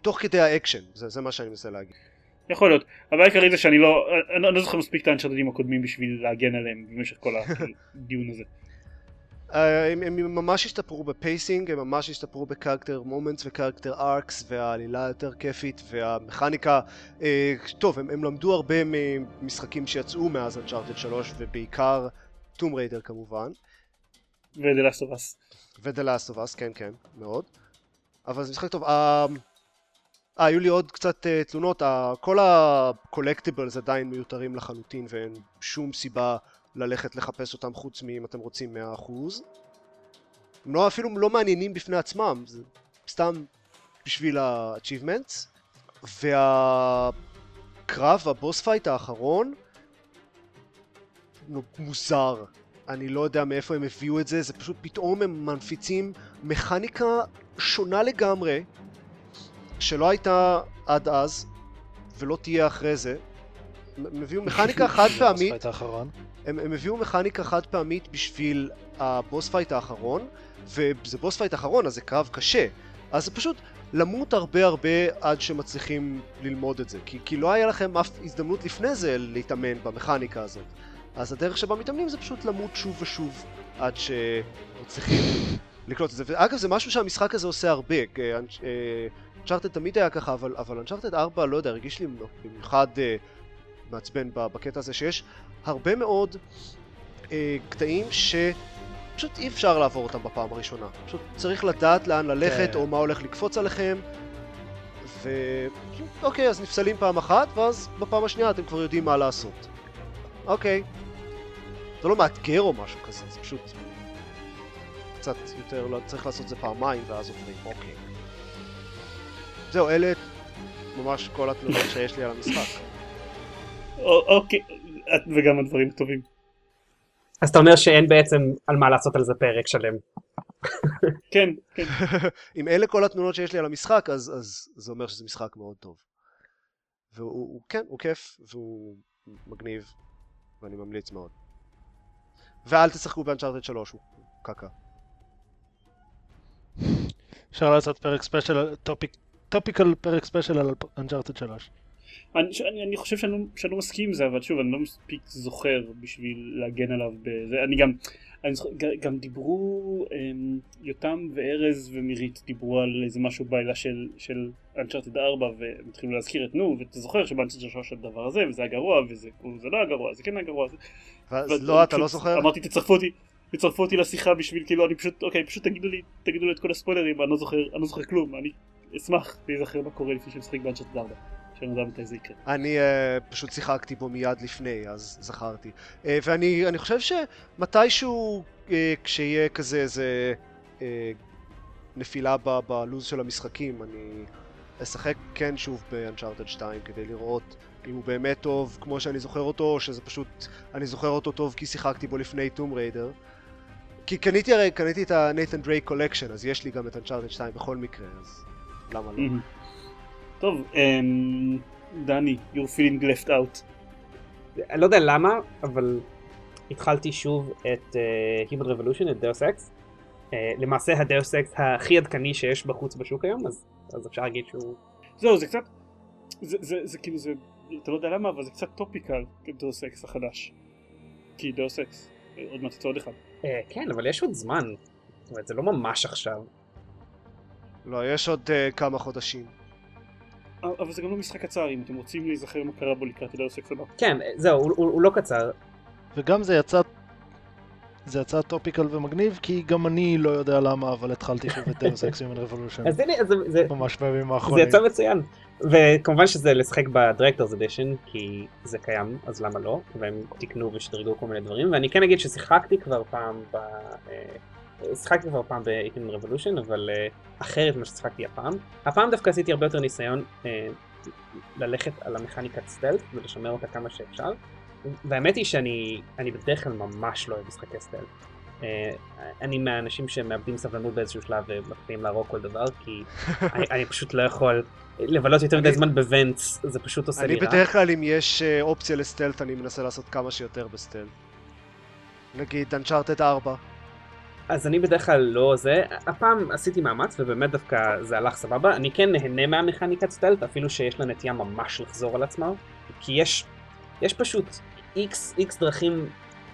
תוך כדי האקשן, זה, זה מה שאני מנסה להגיד. יכול להיות, הבעיה העיקרית זה שאני לא, אני, אני לא זוכר מספיק את האנצ'ארטדים הקודמים בשביל להגן עליהם במשך כל הדיון הזה. הם, הם ממש השתפרו בפייסינג, הם ממש השתפרו בקרקטר מומנטס וקרקטר ארקס, והעלילה יותר כיפית, והמכניקה, אה, טוב, הם, הם למדו הרבה ממשחקים שיצאו מאז אנצ'ארטד שלוש, ובעיקר טום ריידר כמובן. ו-The Last of Us. ו-The Last of Us, כן, כן, מאוד. אבל זה משחק טוב. אה, אה, היו לי עוד קצת uh, תלונות, uh, כל ה-collectibles עדיין מיותרים לחלוטין, ואין שום סיבה ללכת לחפש אותם חוץ מאם אתם רוצים מאה אחוז. הם לא, אפילו לא מעניינים בפני עצמם, זה סתם בשביל ה-achievements. והקרב, הבוס פייט האחרון, מוזר. אני לא יודע מאיפה הם הביאו את זה, זה פשוט פתאום הם מנפיצים מכניקה שונה לגמרי, שלא הייתה עד אז, ולא תהיה אחרי זה. הם הביאו מכניקה חד פעמית, הם, הם הביאו מכניקה חד פעמית בשביל הבוס פייט האחרון, וזה בוס פייט האחרון, אז זה קרב קשה. אז זה פשוט למות הרבה הרבה עד שמצליחים ללמוד את זה, כי, כי לא היה לכם אף הזדמנות לפני זה להתאמן במכניקה הזאת. אז הדרך שבה מתאמנים זה פשוט למות שוב ושוב עד שמצליחים לקלוט את זה. ואגב, זה משהו שהמשחק הזה עושה הרבה. אנצ'ארטד תמיד היה ככה, אבל, אבל אנצ'ארטד ארבע, לא יודע, הרגיש לי במיוחד uh, מעצבן בקטע הזה, שיש הרבה מאוד uh, קטעים שפשוט אי אפשר לעבור אותם בפעם הראשונה. פשוט צריך לדעת לאן ללכת, או מה הולך לקפוץ עליכם. ואוקיי, אז נפסלים פעם אחת, ואז בפעם השנייה אתם כבר יודעים מה לעשות. אוקיי. זה לא מאתגר או משהו כזה, זה פשוט קצת יותר, לא צריך לעשות זה פעמיים ואז עוברים, אוקיי. זהו, אלה ממש כל התלונות שיש לי על המשחק. אוקיי, וגם הדברים טובים. אז אתה אומר שאין בעצם על מה לעשות על זה פרק שלם. כן, כן. אם אלה כל התלונות שיש לי על המשחק, אז, אז זה אומר שזה משחק מאוד טוב. והוא, הוא, כן, הוא כיף, והוא מגניב, ואני ממליץ מאוד. ואל תשחקו באנצ'ארטד שלוש, הוא קקה. אפשר לעשות פרק ספיישל, טופיק, טופיקל פרק ספיישל על אנצ'ארטד שלוש. אני, אני, אני חושב שאני, שאני לא מסכים עם זה, אבל שוב, אני לא מספיק זוכר בשביל להגן עליו בזה. אני גם, אני זוכר, גם דיברו, הם, יותם וארז ומירית דיברו על איזה משהו בעילה של, של אנצ'ארטד ארבע, והם התחילו להזכיר את נו, ואתה זוכר שבאנצ'ארטד שלוש הדבר הזה, וזה הגרוע, וזה זה לא הגרוע, זה כן הגרוע. זה... ואז לא, אתה לא זוכר? אמרתי, תצרפו אותי, תצרפו אותי לשיחה בשביל, כאילו, אני פשוט, אוקיי, פשוט תגידו לי, תגידו לי את כל הספוילרים, אני לא זוכר, אני לא זוכר כלום, אני אשמח להיזכר מה קורה לפני שמשחק באנצ'ארטד ארבע. שאני יודע מתי זה יקרה. אני uh, פשוט שיחקתי בו מיד לפני, אז זכרתי. Uh, ואני אני חושב שמתישהו uh, כשיהיה כזה איזה uh, נפילה ב- בלוז של המשחקים, אני אשחק כן שוב באנצ'ארטד שתיים כדי לראות אם הוא באמת טוב כמו שאני זוכר אותו, או שזה פשוט אני זוכר אותו טוב כי שיחקתי בו לפני טום ריידר. כי קניתי הרי, קניתי את ה-Nathan Drake Collection, אז יש לי גם את אנצ'ארטד שתיים בכל מקרה, אז למה לא? טוב, דני, you're feeling left out. אני לא יודע למה, אבל התחלתי שוב את Human Revolution, את Deus Ex. למעשה ה-Deus Ex הכי עדכני שיש בחוץ בשוק היום, אז אפשר להגיד שהוא... זהו, זה קצת... זה כאילו, זה... אתה לא יודע למה, אבל זה קצת טופיקל, Deus Ex החדש. כי Deus Ex, עוד מעט יצא עוד אחד. כן, אבל יש עוד זמן. זאת אומרת, זה לא ממש עכשיו. לא, יש עוד כמה חודשים. אבל זה גם לא משחק קצר, אם אתם רוצים להיזכר מה קרה בו לקראת דאוס אקס הבא. כן, זהו, הוא, הוא, הוא לא קצר. וגם זה יצא, זה יצא טופיקל ומגניב, כי גם אני לא יודע למה, אבל התחלתי שוב את דאוס אקס Human Revolution. אז הנה, זה, זה, ממש בימים האחרונים. זה יצא מצוין. וכמובן שזה לשחק ב-Director's Edition, כי זה קיים, אז למה לא? והם תקנו ושדרגו כל מיני דברים, ואני כן אגיד ששיחקתי כבר פעם ב... שיחקתי כבר פעם ב-Human Revolution, אבל uh, אחרת ממה ששיחקתי הפעם. הפעם דווקא עשיתי הרבה יותר ניסיון uh, ללכת על המכניקת סטלט ולשמר אותה כמה שאפשר. והאמת היא שאני אני בדרך כלל ממש לא אוהב משחקי סטלט. Uh, אני מהאנשים שמאבדים סבלנות באיזשהו שלב ומתחילים להרוג כל דבר, כי אני, אני פשוט לא יכול לבלות יותר מדי זמן בוונטס, זה פשוט עושה לי רע. אני בדרך כלל אם יש uh, אופציה לסטלט, אני מנסה לעשות כמה שיותר בסטלט. נגיד Uncharted ארבע. אז אני בדרך כלל לא זה, הפעם עשיתי מאמץ ובאמת דווקא זה הלך סבבה, אני כן נהנה מהמכניקת סטלט, אפילו שיש לה נטייה ממש לחזור על עצמה, כי יש, יש פשוט איקס, איקס דרכים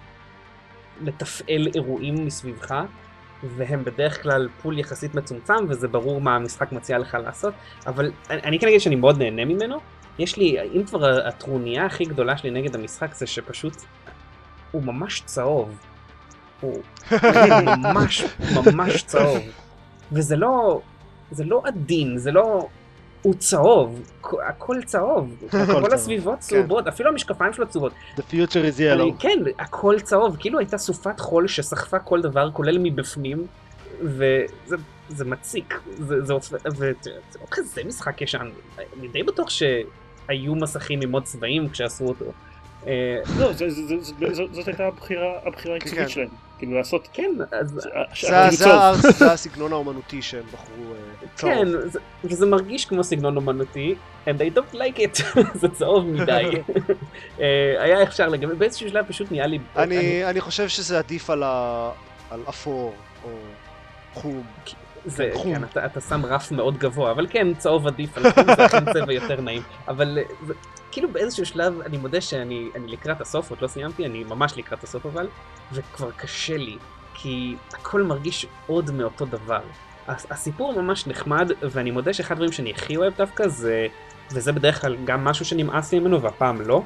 לתפעל אירועים מסביבך, והם בדרך כלל פול יחסית מצומצם, וזה ברור מה המשחק מציע לך לעשות, אבל אני, אני כן אגיד שאני מאוד נהנה ממנו, יש לי, אם כבר הטרוניה הכי גדולה שלי נגד המשחק זה שפשוט הוא ממש צהוב. הוא ממש ממש צהוב. וזה לא, זה לא עדין, זה לא, הוא צהוב, הכל צהוב. כל הסביבות צהובות, אפילו המשקפיים שלו צהובות. The future is yellow. כן, הכל צהוב, כאילו הייתה סופת חול שסחפה כל דבר, כולל מבפנים, וזה מציק. זה עוד כזה משחק ישן. אני די בטוח שהיו מסכים עם עוד צבעים כשעשו אותו. לא, זאת הייתה הבחירה העיצובית שלהם, כאילו לעשות... כן, אז... זה הסגנון האומנותי שהם בחרו צהוב. כן, וזה מרגיש כמו סגנון אומנותי, and I don't like it, זה צהוב מדי. היה אפשר לגבי, באיזשהו שלב פשוט נהיה לי... אני חושב שזה עדיף על אפור או חום. זה, כן, אתה, אתה שם רף מאוד גבוה, אבל כן, צהוב עדיף, על חום זה אכן צבע יותר נעים, אבל זה, כאילו באיזשהו שלב אני מודה שאני אני לקראת הסוף, עוד לא סיימתי, אני ממש לקראת הסוף אבל, וכבר קשה לי, כי הכל מרגיש עוד מאותו דבר. הסיפור ממש נחמד, ואני מודה שאחד הדברים שאני הכי אוהב דווקא זה, וזה בדרך כלל גם משהו שנמאס לי ממנו והפעם לא,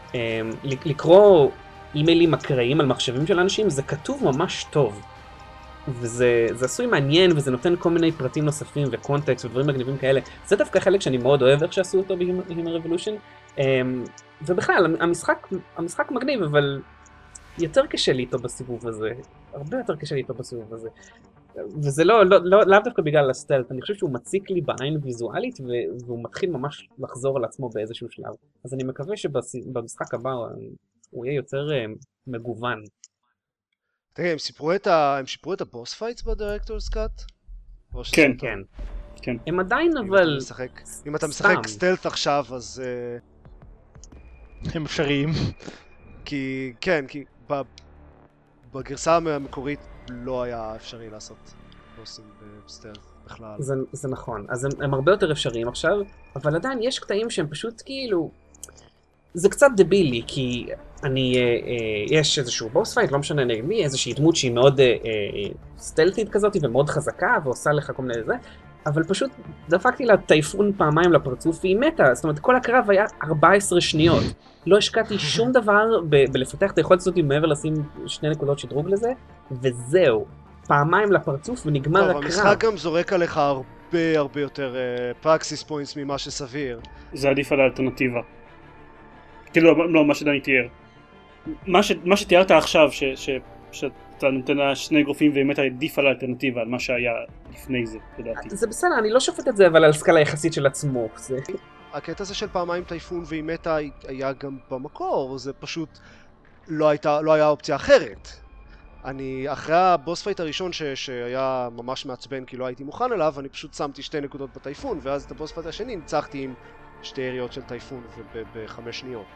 לקרוא אימיילים אקראיים על מחשבים של אנשים, זה כתוב ממש טוב. וזה זה עשוי מעניין, וזה נותן כל מיני פרטים נוספים וקונטקסט ודברים מגניבים כאלה. זה דווקא חלק שאני מאוד אוהב איך שעשו אותו ב-Human Revolution. ובכלל, המשחק, המשחק מגניב, אבל יותר קשה לי איתו בסיבוב הזה. הרבה יותר קשה לי איתו בסיבוב הזה. וזה לא, לא, לא, לאו דווקא בגלל הסטלט. אני חושב שהוא מציק לי בעין ויזואלית, והוא מתחיל ממש לחזור על עצמו באיזשהו שלב. אז אני מקווה שבמשחק הבא הוא יהיה יותר מגוון. תראה, הם שיפרו את ה... הם שיפרו את הבוס פייטס בדירקטורס קאט? כן, כן. כן. הם עדיין אבל... אם אתה משחק סטלט עכשיו, אז... הם אפשריים. כי, כן, כי בגרסה המקורית לא היה אפשרי לעשות בוסים בסטלט בכלל. זה, זה נכון. אז הם, הם הרבה יותר אפשריים עכשיו, אבל עדיין יש קטעים שהם פשוט כאילו... זה קצת דבילי, כי אני, אה, אה, יש איזשהו בוס פייט, לא משנה נגד מי, איזושהי דמות שהיא מאוד אה, אה, סטלטית כזאת ומאוד חזקה ועושה לך כל מיני זה, אבל פשוט דפקתי לה טייפון פעמיים לפרצוף והיא מתה, זאת אומרת כל הקרב היה ארבע עשרה שניות, לא השקעתי שום דבר ב- בלפתח את היכולת הזאת מעבר לשים שני נקודות שדרוג לזה, וזהו, פעמיים לפרצוף ונגמר טוב, הקרב. המשחק גם זורק עליך הרבה הרבה יותר פרקסיס uh, פוינטס ממה שסביר. זה עדיף על האלטרנטיבה. כאילו, לא, מה שדני תיאר. מה, ש, מה שתיארת עכשיו, ש, ש, שאתה נותן לה שני גרופים ובאמת עדיף על האלטרנטיבה, על מה שהיה לפני זה, לדעתי. זה בסדר, אני לא שופט את זה, אבל על סקאלה יחסית של עצמו. זה... הקטע הזה של פעמיים טייפון והיא מתה היה גם במקור, זה פשוט לא, הייתה, לא היה אופציה אחרת. אני, אחרי הבוס פייט הראשון ש, שהיה ממש מעצבן כי לא הייתי מוכן אליו, אני פשוט שמתי שתי נקודות בטייפון, ואז את הבוס פייט השני ניצחתי עם שתי יריות של טייפון בחמש שניות.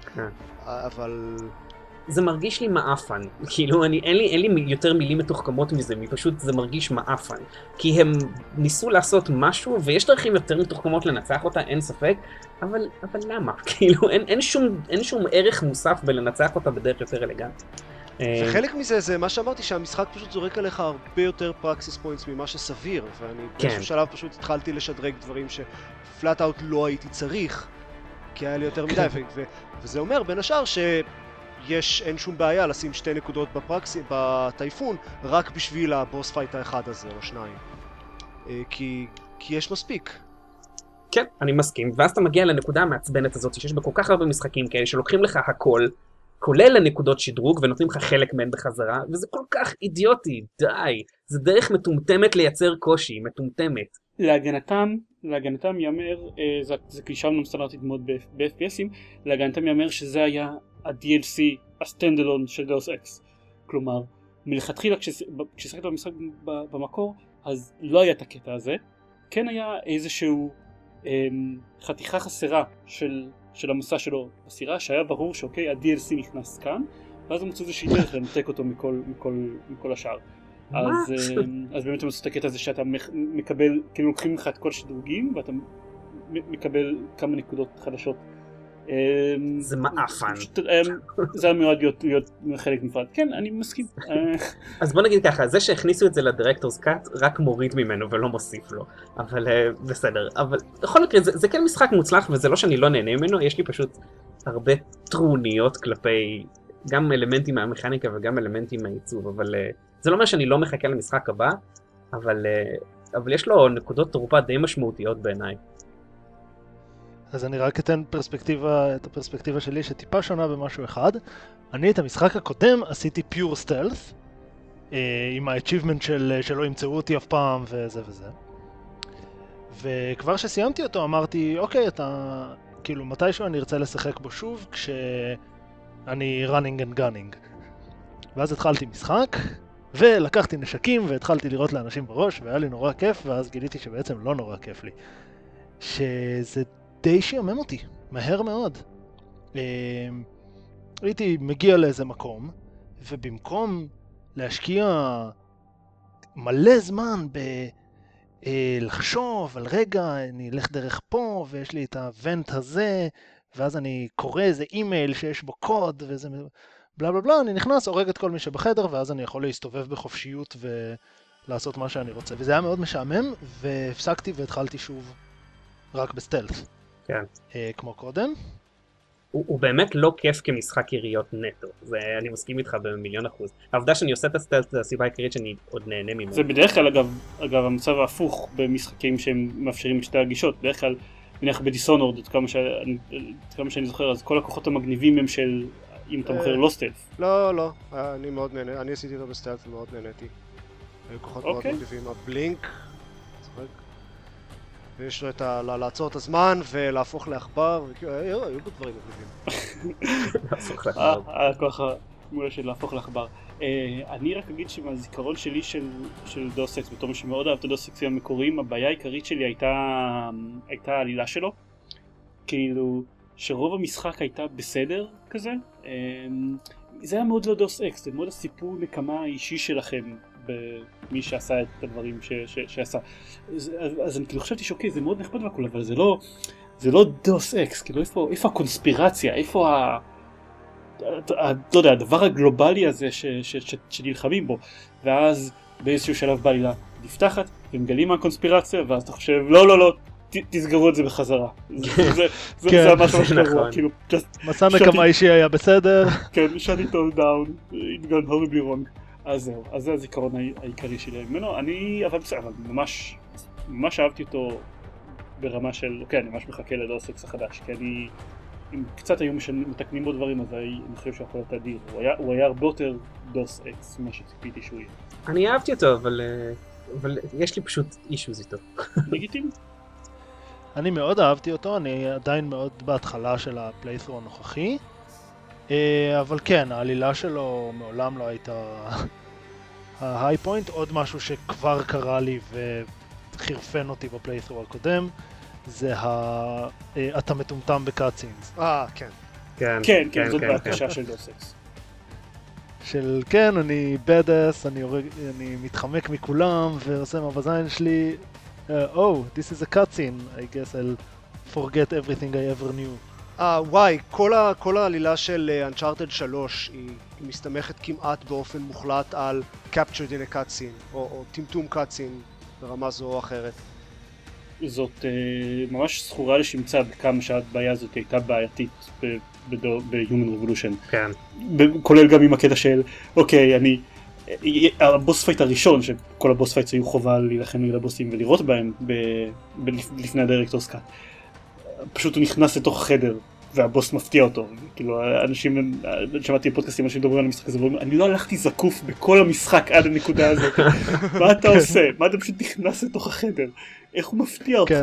אבל... זה מרגיש לי מאפן, כאילו אני, אין לי, אין לי יותר מילים מתוחכמות מזה, פשוט זה מרגיש מאפן, כי הם ניסו לעשות משהו, ויש דרכים יותר מתוחכמות לנצח אותה, אין ספק, אבל, אבל למה? כאילו אין, אין שום, אין שום ערך מוסף בלנצח אותה בדרך יותר אלגנט. וחלק מזה זה מה שאמרתי, שהמשחק פשוט זורק עליך הרבה יותר פרקסיס פוינטס ממה שסביר, ואני באיזשהו שלב פשוט התחלתי לשדרג דברים שפלאט אאוט לא הייתי צריך, כי היה לי יותר מדי, וזה אומר בין השאר שיש, אין שום בעיה לשים שתי נקודות בפרקסי, בטייפון, רק בשביל הבוס פייט האחד הזה או שניים, כי, כי יש מספיק. כן, אני מסכים, ואז אתה מגיע לנקודה המעצבנת הזאת, שיש בה כל כך הרבה משחקים כאלה שלוקחים לך הכל, כולל לנקודות שדרוג ונותנים לך חלק מהן בחזרה, וזה כל כך אידיוטי, די. זה דרך מטומטמת לייצר קושי, מטומטמת. להגנתם, להגנתם יאמר, אה, זה, זה קלישה אמנם סטנדרטית מאוד ב-אף פי אסים, להגנתם יאמר שזה היה ה-די אל סי, הסטנדלון של דאוס אקס. כלומר, מלכתחילה כששחקת במשחק במקור, אז לא היה את הקטע הזה, כן היה איזשהו אה, חתיכה חסרה של... של המסע שלו בסירה, שהיה ברור שאוקיי, ה-די אל סי נכנס כאן, ואז הם מצאו איזושהי דרך לנתק אותו מכל, מכל, מכל השאר. אז, אז באמת הם עשו את הקטע הזה שאתה מקבל, כאילו לוקחים לך את כל השדרוגים ואתה מקבל כמה נקודות חדשות. זה מאפן. זה היה מיועד להיות חלק נפרד. כן, אני מסכים. אז בוא נגיד ככה, זה שהכניסו את זה לדירקטורס קאט רק מוריד ממנו ולא מוסיף לו. אבל בסדר. אבל בכל מקרה, זה כן משחק מוצלח וזה לא שאני לא נהנה ממנו, יש לי פשוט הרבה טרוניות כלפי גם אלמנטים מהמכניקה וגם אלמנטים מהעיצוב, אבל זה לא אומר שאני לא מחכה למשחק הבא, אבל, אבל יש לו נקודות תורפה די משמעותיות בעיניי. אז אני רק אתן פרספקטיבה, את הפרספקטיבה שלי שטיפה שונה במשהו אחד. אני את המשחק הקודם עשיתי פיור סטלף, עם ה-achievement של שלא ימצאו אותי אף פעם וזה וזה. וכבר שסיימתי אותו אמרתי, אוקיי, אתה, כאילו מתישהו אני ארצה לשחק בו שוב כשאני running and gunning. ואז התחלתי משחק, ולקחתי נשקים והתחלתי לראות לאנשים בראש, והיה לי נורא כיף, ואז גיליתי שבעצם לא נורא כיף לי. שזה די שיומם אותי, מהר מאוד. הייתי מגיע לאיזה מקום, ובמקום להשקיע מלא זמן בלחשוב על רגע, אני אלך דרך פה, ויש לי את הוונט הזה, ואז אני קורא איזה אימייל שיש בו קוד, וזה בלה בלה בלה, אני נכנס, הורג את כל מי שבחדר, ואז אני יכול להסתובב בחופשיות ולעשות מה שאני רוצה. וזה היה מאוד משעמם, והפסקתי והתחלתי שוב רק בסטלף. כן. כמו קודם. הוא, הוא באמת לא כיף כמשחק יריות נטו, זה, אני מסכים איתך במיליון אחוז. העובדה שאני עושה את הסטלף זה הסיבה העיקרית שאני עוד נהנה ממנו. זה בדרך כלל אגב, אגב המצב ההפוך במשחקים שהם מאפשרים את שתי הגישות. בדרך כלל, נניח בדיסונורד, עד כמה, שאני, עד כמה שאני זוכר, אז כל הכוחות המגניבים הם של אם אתה מוכר לא סטלף. לא, לא, אני מאוד נהנה, אני עשיתי אותו בסטלף ומאוד נהניתי. כוחות מאוד מגניבים, הבלינק, ויש לו את ה... לעצור את הזמן ולהפוך לעכבר, היו היו דברים מגניבים. להפוך לעכבר. הכוח המולה של להפוך לעכבר. אני רק אגיד שמהזיכרון שלי של דוס אקס, בתור מי שמאוד אהב את הדוס אקסים המקוריים, הבעיה העיקרית שלי הייתה העלילה שלו. כאילו, שרוב המשחק הייתה בסדר כזה. זה היה מאוד לא דוס אקס, זה מאוד הסיפור נקמה האישי שלכם. במי שעשה את הדברים ש, ש, שעשה. אז, אז אני כאילו חשבתי שאוקיי, זה מאוד נחמד והכל, אבל זה לא, זה לא דוס אקס, כאילו איפה, איפה הקונספירציה, איפה ה... ה לא יודע, הדבר הגלובלי הזה ש, ש, ש, שנלחמים בו, ואז באיזשהו שלב בא לי נפתחת, ומגלים מה הקונספירציה, ואז אתה חושב, לא, לא, לא, ת, תסגרו את זה בחזרה. זה, זה, זה ממש ממש גרוע, כאילו, מסע נקמה אישי היה בסדר. כן, shut it all down, it gone horribly wrong. אז זהו, אז זה הזיכרון העיקרי שלי ממנו. אני, אבל בסדר, אבל ממש, ממש אהבתי אותו ברמה של, אוקיי, אני ממש מחכה לדוס אקס החדש, כי אני, אם קצת היו מתקנים בו דברים, אז אני חושב שהוא יכול להיות אדיר. הוא היה, הוא היה הרבה יותר דוס אקס ממה שציפיתי שהוא יהיה. אני אהבתי אותו, אבל, אבל יש לי פשוט אישוז איתו. לגיטימי. אני מאוד אהבתי אותו, אני עדיין מאוד בהתחלה של הפליית'רו הנוכחי. אבל כן, העלילה שלו מעולם לא הייתה ההיי פוינט. עוד משהו שכבר קרה לי וחרפן אותי בפליית'רו הקודם, זה ה... אתה מטומטם בקאטסינס. אה, כן. כן, כן, כן, זאת בהקשה של דוס אקס. של כן, אני בדאס, אני, אני מתחמק מכולם ועושה מהבזיין שלי, oh, this is a cutscene, I guess I'll forget everything I ever knew. אה, וואי, כל, ה, כל העלילה של Uncharted שלוש היא, היא מסתמכת כמעט באופן מוחלט על Captured in a Cutscene, או, או טמטום Cutscene ברמה זו או אחרת. זאת uh, ממש זכורה לשמצה בכמה שהבעיה הזאת הייתה בעייתית ב-Human Revolution. כן. כולל גם עם הקטע של, אוקיי, אני... הבוס פייט הראשון, שכל הבוס פייטס היו חובה להילחם נגד הבוסים ולראות בהם ב- ב- לפני הדירקטורס קאט. פשוט הוא נכנס לתוך החדר והבוס מפתיע אותו. כאילו, אנשים, שמעתי פודקאסטים אנשים מדברים על המשחק הזה ואומרים, אני לא הלכתי זקוף בכל המשחק עד הנקודה הזאת. מה אתה עושה? מה אתה פשוט נכנס לתוך החדר? איך הוא מפתיע אותך?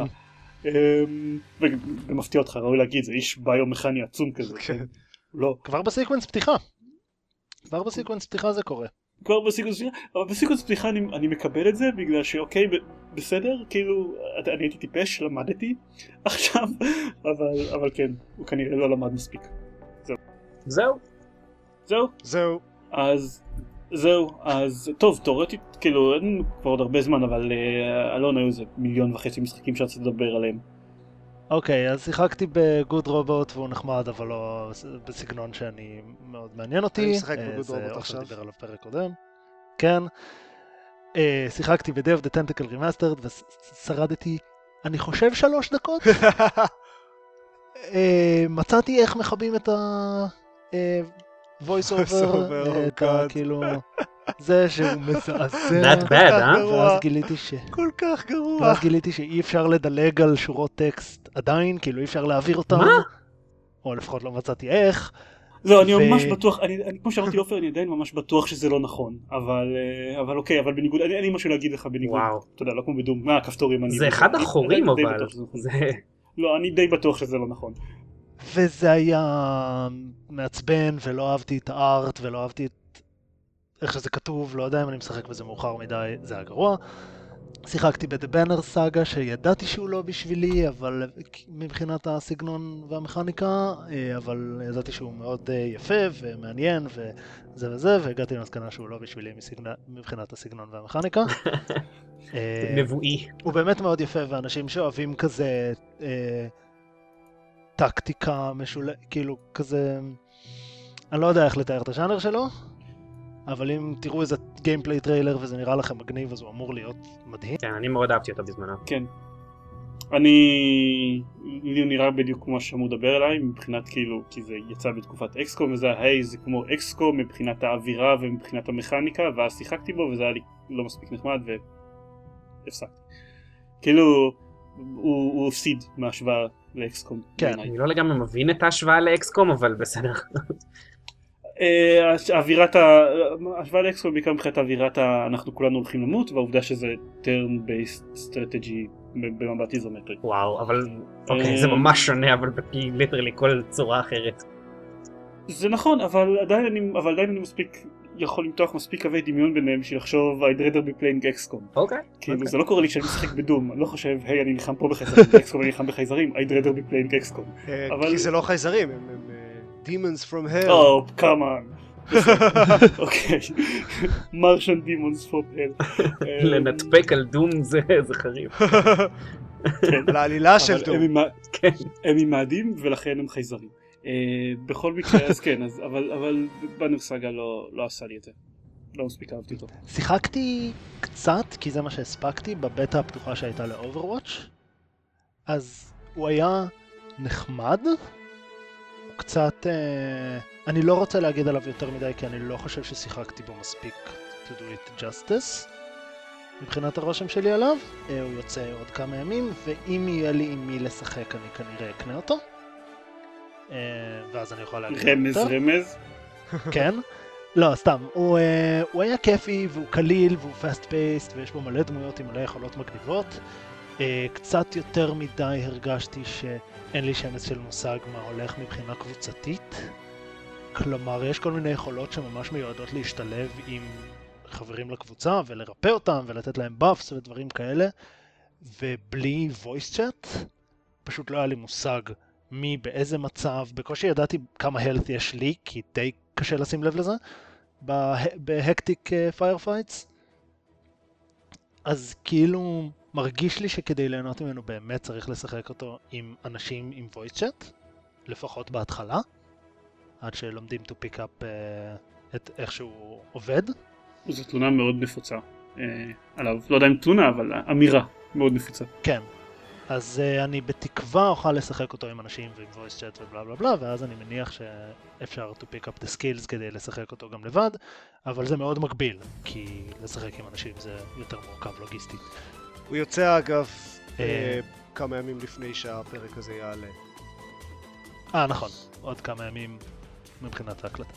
ומפתיע אותך, ראוי להגיד, זה איש ביומכני עצום כזה. לא. כבר בסיקוונס פתיחה. כבר בסיקוונס פתיחה זה קורה. כבר בסיקוונס פתיחה, אבל בסיקוונס פתיחה אני, אני מקבל את זה בגלל שאוקיי, ב, בסדר, כאילו, אני הייתי טיפש, למדתי עכשיו, אבל, אבל כן, הוא כנראה לא למד מספיק. זהו. זהו. זהו? זהו. אז זהו, אז טוב, תאורטית, כאילו, אין כבר עוד הרבה זמן, אבל uh, אלון היו איזה מיליון וחצי משחקים שרציתי לדבר עליהם. אוקיי, אז שיחקתי בגוד רובוט והוא נחמד, אבל לא בסגנון שאני מאוד מעניין אותי. אני משחק בגוד רובוט עכשיו. זה דיבר עליו פרק קודם. כן. Uh, שיחקתי ב-Dev the Tentacle Remastered ושרדתי, אני חושב שלוש דקות. uh, מצאתי איך מחבים את ה... Uh, voice over, את ה... כאילו... זה שהוא מזעזע. Not bad, אה? ואז גיליתי ש... כל כך גרוע. ואז גיליתי שאי אפשר לדלג על שורות טקסט עדיין, כאילו אי אפשר להעביר אותם. מה? או לפחות לא מצאתי איך. זהו, אני ממש בטוח, אני, כמו שאמרתי לאופר, אני עדיין ממש בטוח שזה לא נכון, אבל, אבל אוקיי, אבל בניגוד, אין לי משהו להגיד לך בניגוד, אתה יודע, לא כמו בדום, מה הכפתורים, אני... זה אחד החורים אבל, זה... לא, אני די בטוח שזה לא נכון. וזה היה מעצבן, ולא אהבתי את הארט, ולא אהבתי את איך שזה כתוב, לא יודע אם אני משחק בזה מאוחר מדי, זה היה גרוע. שיחקתי ב-The Banner Saga שידעתי שהוא לא בשבילי, אבל מבחינת הסגנון והמכניקה, אבל ידעתי שהוא מאוד יפה ומעניין וזה וזה, והגעתי למסקנה שהוא לא בשבילי מבחינת הסגנון והמכניקה. נבואי. הוא באמת מאוד יפה, ואנשים שאוהבים כזה טקטיקה משולשת, כאילו כזה, אני לא יודע איך לתאר את הז'אנר שלו, אבל אם תראו איזה גיימפליי טריילר וזה נראה לכם מגניב, אז הוא אמור להיות מדהים. כן, אני מאוד אהבתי אותו בזמנו. כן. אני... לי נראה בדיוק כמו שהוא מדבר אליי, מבחינת כאילו, כי זה יצא בתקופת אקסקום, וזה היי, זה כמו אקסקום מבחינת האווירה ומבחינת המכניקה, ואז שיחקתי בו וזה היה לי לא מספיק נחמד והפסקתי. כאילו, הוא, הוא הפסיד מהשוואה לאקסקום. כן. אני לא לגמרי מבין את ההשוואה לאקסקום, אבל בסדר. האווירת, ההשוואה לאקסקום בעיקר מבחינת האווירת אנחנו כולנו הולכים למות, והעובדה שזה turn based strategy במבט איזומטרי. וואו, אבל אוקיי, זה ממש שונה, אבל בפי ליטרלי כל צורה אחרת. זה נכון, אבל עדיין אני, אבל עדיין אני מספיק, יכול למתוח מספיק קווי דמיון ביניהם בשביל לחשוב I'd rather be playing אקסקום. אוקיי. כאילו זה לא קורה לי שאני משחק בדום, אני לא חושב, היי אני נלחם פה בחייזרים, באקסקום אני נלחם בחייזרים, I'd rather be playing אקסקום. כי זה לא חייזרים, הם demons from hell. Oh, come on. אוקיי. Martian demons from hell. לנטפק על דום זה חריף. לעלילה של דום. הם ממאדים ולכן הם חייזרים. בכל מקרה, אז כן, אבל בנר סאגה לא עשה לי את זה. לא מספיק אהבתי אותו. שיחקתי קצת, כי זה מה שהספקתי, בבטה הפתוחה שהייתה ל-Overwatch. אז הוא היה נחמד. הוא קצת... אני לא רוצה להגיד עליו יותר מדי, כי אני לא חושב ששיחקתי בו מספיק to do it justice. מבחינת הרושם שלי עליו, הוא יוצא עוד כמה ימים, ואם יהיה לי עם מי לשחק, אני כנראה אקנה אותו. ואז אני יכול להגיד רמז, יותר. רמז. כן. לא, סתם. הוא, הוא היה כיפי, והוא קליל, והוא fast paced, ויש בו מלא דמויות עם מלא יכולות מגניבות. קצת יותר מדי הרגשתי שאין לי שמץ של מושג מה הולך מבחינה קבוצתית. כלומר, יש כל מיני יכולות שממש מיועדות להשתלב עם חברים לקבוצה ולרפא אותם ולתת להם buffs ודברים כאלה, ובלי voice chat פשוט לא היה לי מושג מי באיזה מצב. בקושי ידעתי כמה health יש לי, כי די קשה לשים לב לזה בהקטיק firefight's. אז כאילו מרגיש לי שכדי ליהנות ממנו באמת צריך לשחק אותו עם אנשים עם voice chat, לפחות בהתחלה, עד שלומדים to pick up uh, את איך שהוא עובד. זו תלונה מאוד נפוצה uh, עליו, לא יודע אם תלונה, אבל אמירה מאוד נפוצה. כן, אז uh, אני בתקווה אוכל לשחק אותו עם אנשים ועם voice chat ובלה בלה בלה, ואז אני מניח שאפשר to pick up the skills כדי לשחק אותו גם לבד, אבל זה מאוד מגביל, כי לשחק עם אנשים זה יותר מורכב לוגיסטית. הוא יוצא אגב uh, כמה ימים לפני שהפרק הזה יעלה. אה נכון, עוד כמה ימים מבחינת ההקלטה.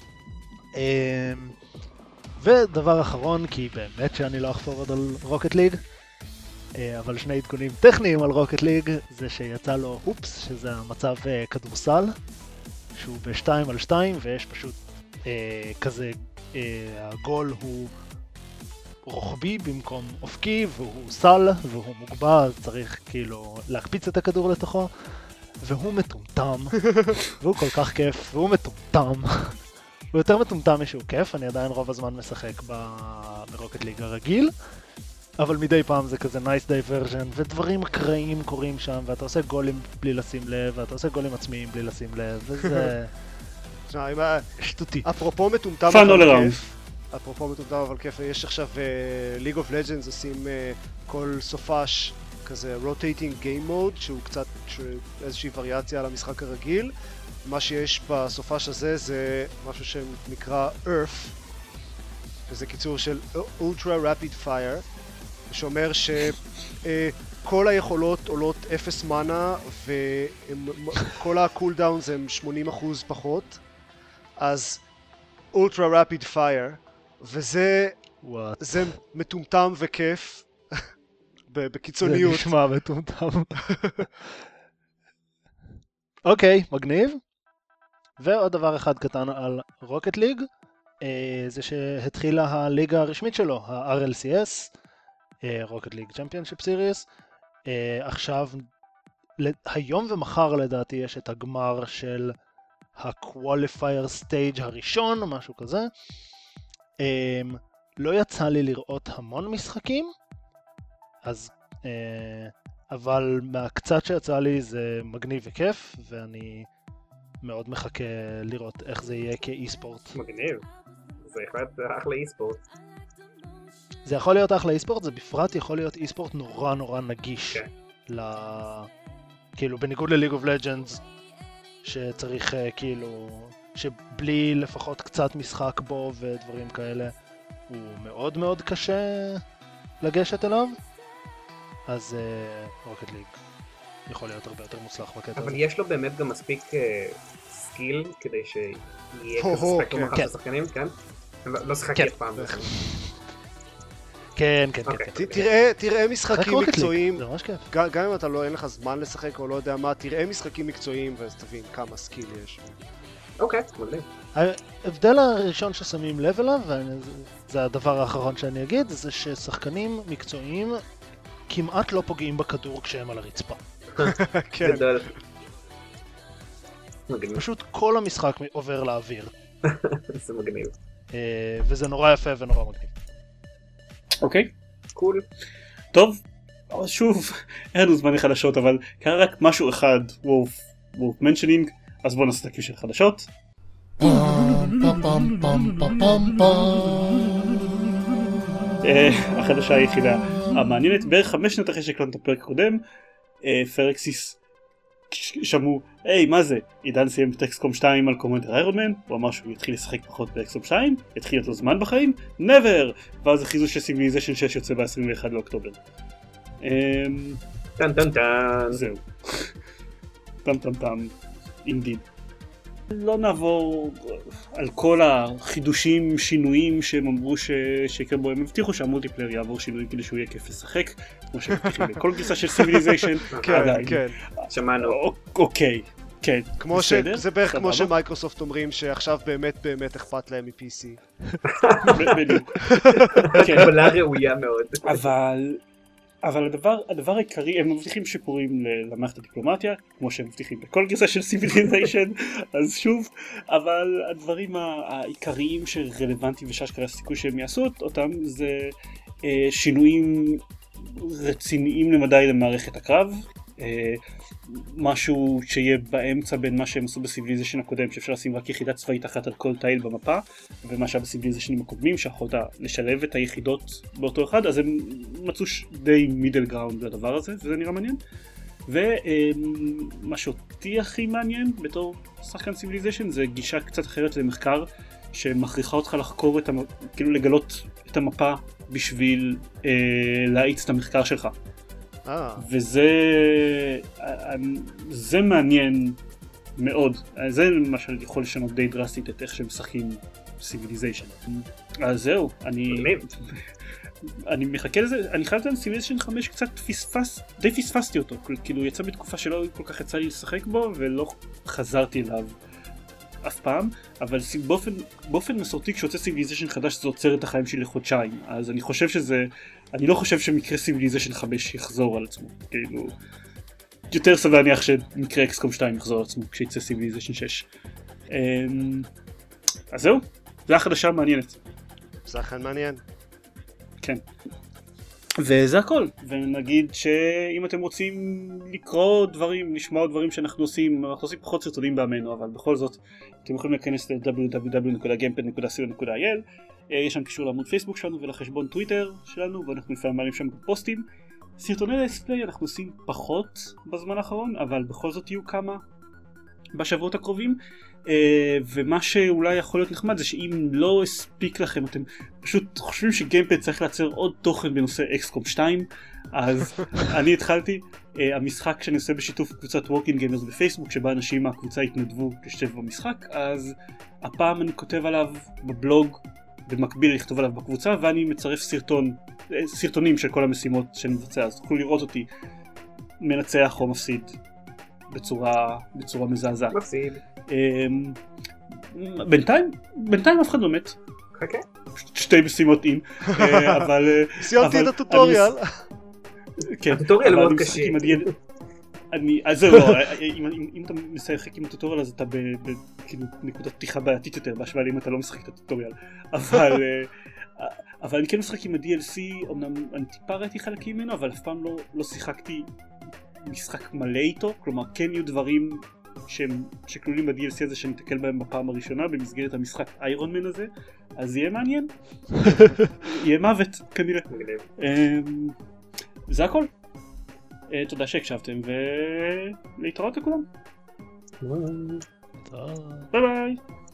ודבר אחרון, כי באמת שאני לא אחפור עוד על רוקט ליג, אבל שני עדכונים טכניים על רוקט ליג, זה שיצא לו הופס, שזה המצב כדורסל, שהוא בשתיים על שתיים, ויש פשוט כזה, הגול הוא רוחבי במקום אופקי, והוא סל, והוא מוגבל, אז צריך כאילו להקפיץ את הכדור לתוכו. והוא מטומטם, והוא כל כך כיף, והוא מטומטם. הוא יותר מטומטם משהוא כיף, אני עדיין רוב הזמן משחק ברוקט ליג הרגיל, אבל מדי פעם זה כזה nice diversion, ודברים אקראיים קורים שם, ואתה עושה גולים בלי לשים לב, ואתה עושה גולים עצמיים בלי לשים לב, וזה שטותי. אפרופו מטומטם Fun all אבל around. כיף, אפרופו מטומטם אבל כיף, יש עכשיו ליג אוף לג'נדס עושים אה, כל סופש כזה rotating game mode, שהוא קצת איזושהי וריאציה על המשחק הרגיל. מה שיש בסופש הזה זה משהו שנקרא Earth, וזה קיצור של Ultra Rapid Fire, שאומר שכל היכולות עולות אפס מנה וכל הקולדאונס הם שמונים אחוז פחות, אז Ultra Rapid Fire, וזה זה מטומטם וכיף בקיצוניות. זה נשמע מטומטם. אוקיי, מגניב. ועוד דבר אחד קטן על רוקט ליג, זה שהתחילה הליגה הרשמית שלו, ה-אר אל סי אס, רוקט ליג צ'מפיונשיפ סיריס. עכשיו, היום ומחר לדעתי יש את הגמר של ה-qualifier stage הראשון, משהו כזה. לא יצא לי לראות המון משחקים, אז, אבל מהקצת שיצא לי זה מגניב וכיף, ואני מאוד מחכה לראות איך זה יהיה כאי-ספורט. מגניב, זה יכולת אחלה אי-ספורט. זה יכול להיות אחלה אי-ספורט, זה בפרט יכול להיות אי-ספורט נורא נורא נגיש. כן. ל... כאילו בניגוד לליג אוף לג'נדס, שצריך כאילו, שבלי לפחות קצת משחק בו ודברים כאלה, הוא מאוד מאוד קשה לגשת אליו. אז רוקט ליג יכול להיות הרבה יותר מוצלח בקטע הזה. אבל יש לו באמת גם מספיק סקיל כדי שיהיה כזה ספקטרום אחת של שחקנים, כן? לא שחקתי אף פעם. כן, כן, אוקיי. כן. תראה, תראה משחקים רוקט ליג, מקצועיים, זה ממש כיף. גם גם אם אתה לא, אין לך זמן לשחק או לא יודע מה, תראה משחקים מקצועיים ואז תבין כמה סקיל יש. אוקיי, מגניב. ההבדל הראשון ששמים לב אליו, וזה הדבר האחרון שאני אגיד, זה ששחקנים מקצועיים כמעט לא פוגעים בכדור כשהם על הרצפה. כן. גדול. מגניב. פשוט כל המשחק עובר לאוויר. זה מגניב. וזה נורא יפה ונורא מגניב. אוקיי, קול. טוב, אבל שוב, אין לנו זמן לחדשות, אבל קרה רק משהו אחד, וורף, וורף מנשנינג, אז בואו נעשה את הקיו של חדשות. החדשה היחידה המעניינת, בערך חמש שנות אחרי שהקלטנו את הפרק הקודם, פרקסיס שמעו, היי מה זה, עידן סיים את אקס קום שתיים על קומנדר איירון מן, הוא אמר שהוא יתחיל לשחק פחות ב-אקס קום שתיים, יתחיל אותו זמן בחיים, נבר, ואז הכריזו שסיביליזיישן שש יוצא ב-עשרים ואחד לאוקטובר. טן טן טן. זהו. טם טם טם, אינדיד. לא נעבור על כל החידושים, שינויים שהם אמרו שיקרה בו, הם הבטיחו שהמולטיפלייר יעבור שינויים כדי שהוא יהיה כיף לשחק, כמו שהם הבטיחים בכל גרסה של סיביליזיישן. כן, כן. שמענו. אוקיי, כן, כמו ש... בסדר, זה בערך כמו סבבה. שמייקרוסופט אומרים שעכשיו באמת באמת אכפת להם מ-פי סי. בדיוק. כן, קבלה ראויה מאוד. אבל אבל הדבר הדבר העיקרי, הם מבטיחים שיפורים למערכת הדיפלומטיה כמו שהם מבטיחים בכל גרסה של סיביליזיישן, אז שוב, אבל הדברים העיקריים שרלוונטיים ושאשכרה הסיכוי שהם יעשו אותם זה אה, שינויים רציניים למדי למערכת הקרב, אה, משהו שיהיה באמצע בין מה שהם עשו בסיביליזיישן הקודם, שאפשר לשים רק יחידה צבאית אחת על כל טייל במפה, ומה שהיה בסיביליזיישנים הקודמים שיכולת לשלב את היחידות באותו אחד, אז הם מצאו די מידל גראונד לדבר הזה, וזה נראה מעניין. ומה שאותי הכי מעניין בתור שחקן סיביליזיישן זה גישה קצת אחרת למחקר שמכריחה אותך לחקור את המ... כאילו לגלות את המפה בשביל אה, להאיץ את המחקר שלך. אה. וזה זה מעניין מאוד, זה מה שיכול לשנות די דרסטית את איך שמשחקים סיביליזיישן. אז זהו, אני אני מחכה לזה, אני חייב לזה סיביליזיישן חמש קצת פספס, די פספסתי אותו, כאילו יצא בתקופה שלא כל כך יצא לי לשחק בו ולא חזרתי אליו אף פעם, אבל באופן, באופן מסורתי כשיוצא סיביליזיישן חדש זה עוצר את החיים שלי לחודשיים, אז אני חושב שזה, אני לא חושב שמקרה סיביליזיישן חמש יחזור על עצמו, כאילו, יותר סביר להניח שמקרה אקס קום שתיים יחזור על עצמו כשיצא סיביליזיישן שש. אז זהו, זו החדשה מעניינת. זה אכן מעניין. כן. וזה הכל, ונגיד שאם אתם רוצים לקרוא דברים, לשמוע דברים שאנחנו עושים, אנחנו עושים פחות סרטונים בימינו, אבל בכל זאת אתם יכולים להיכנס ל-דאבליו דאבליו דאבליו נקודה גיימפד נקודה סי או נקודה איי אל, יש שם קישור לעמוד פייסבוק שלנו ולחשבון טוויטר שלנו, ואנחנו לפעמים מעלים שם פוסטים. סרטוני לספליי אנחנו עושים פחות בזמן האחרון, אבל בכל זאת יהיו כמה בשבועות הקרובים, ומה שאולי יכול להיות נחמד זה שאם לא הספיק לכם, אתם פשוט חושבים שגיימפד צריך לייצר עוד תוכן בנושא אקס קום שתיים, אז אני התחלתי המשחק שאני עושה בשיתוף קבוצת Walking Gamers בפייסבוק, שבה אנשים מהקבוצה התנדבו להשתתף במשחק, אז הפעם אני כותב עליו בבלוג במקביל לכתוב עליו בקבוצה, ואני מצרף סרטון, סרטונים של כל המשימות שאני מבצע, אז תוכלו לראות אותי מנצח או מפסיד בצורה, בצורה מזעזעת. מפסיד. בינתיים, בינתיים אף אחד לא מת. חכה. שתי משימות אין, אבל... סיימתי את הטוטוריאל. כן. הטוטוריאל מאוד קשה. אני, אז זהו, לא, אם אתה משחק עם הטוטוריאל אז אתה בנקודת פתיחה בעייתית יותר, בהשוואה אם אתה לא משחק את הטוטוריאל. אבל... אבל אני כן משחק עם ה-די אל סי, אמנם אני טיפה ראיתי חלקים ממנו, אבל אף פעם לא, לא שיחקתי משחק מלא איתו, כלומר כן יהיו דברים שהם, שכלולים ב-די אל סי הזה שאני אתקל בהם בפעם הראשונה במסגרת המשחק איירון מן הזה, אז יהיה מעניין, יהיה מוות כנראה. זה הכל. תודה שהקשבתם ולהתראות לכולם. ביי ביי.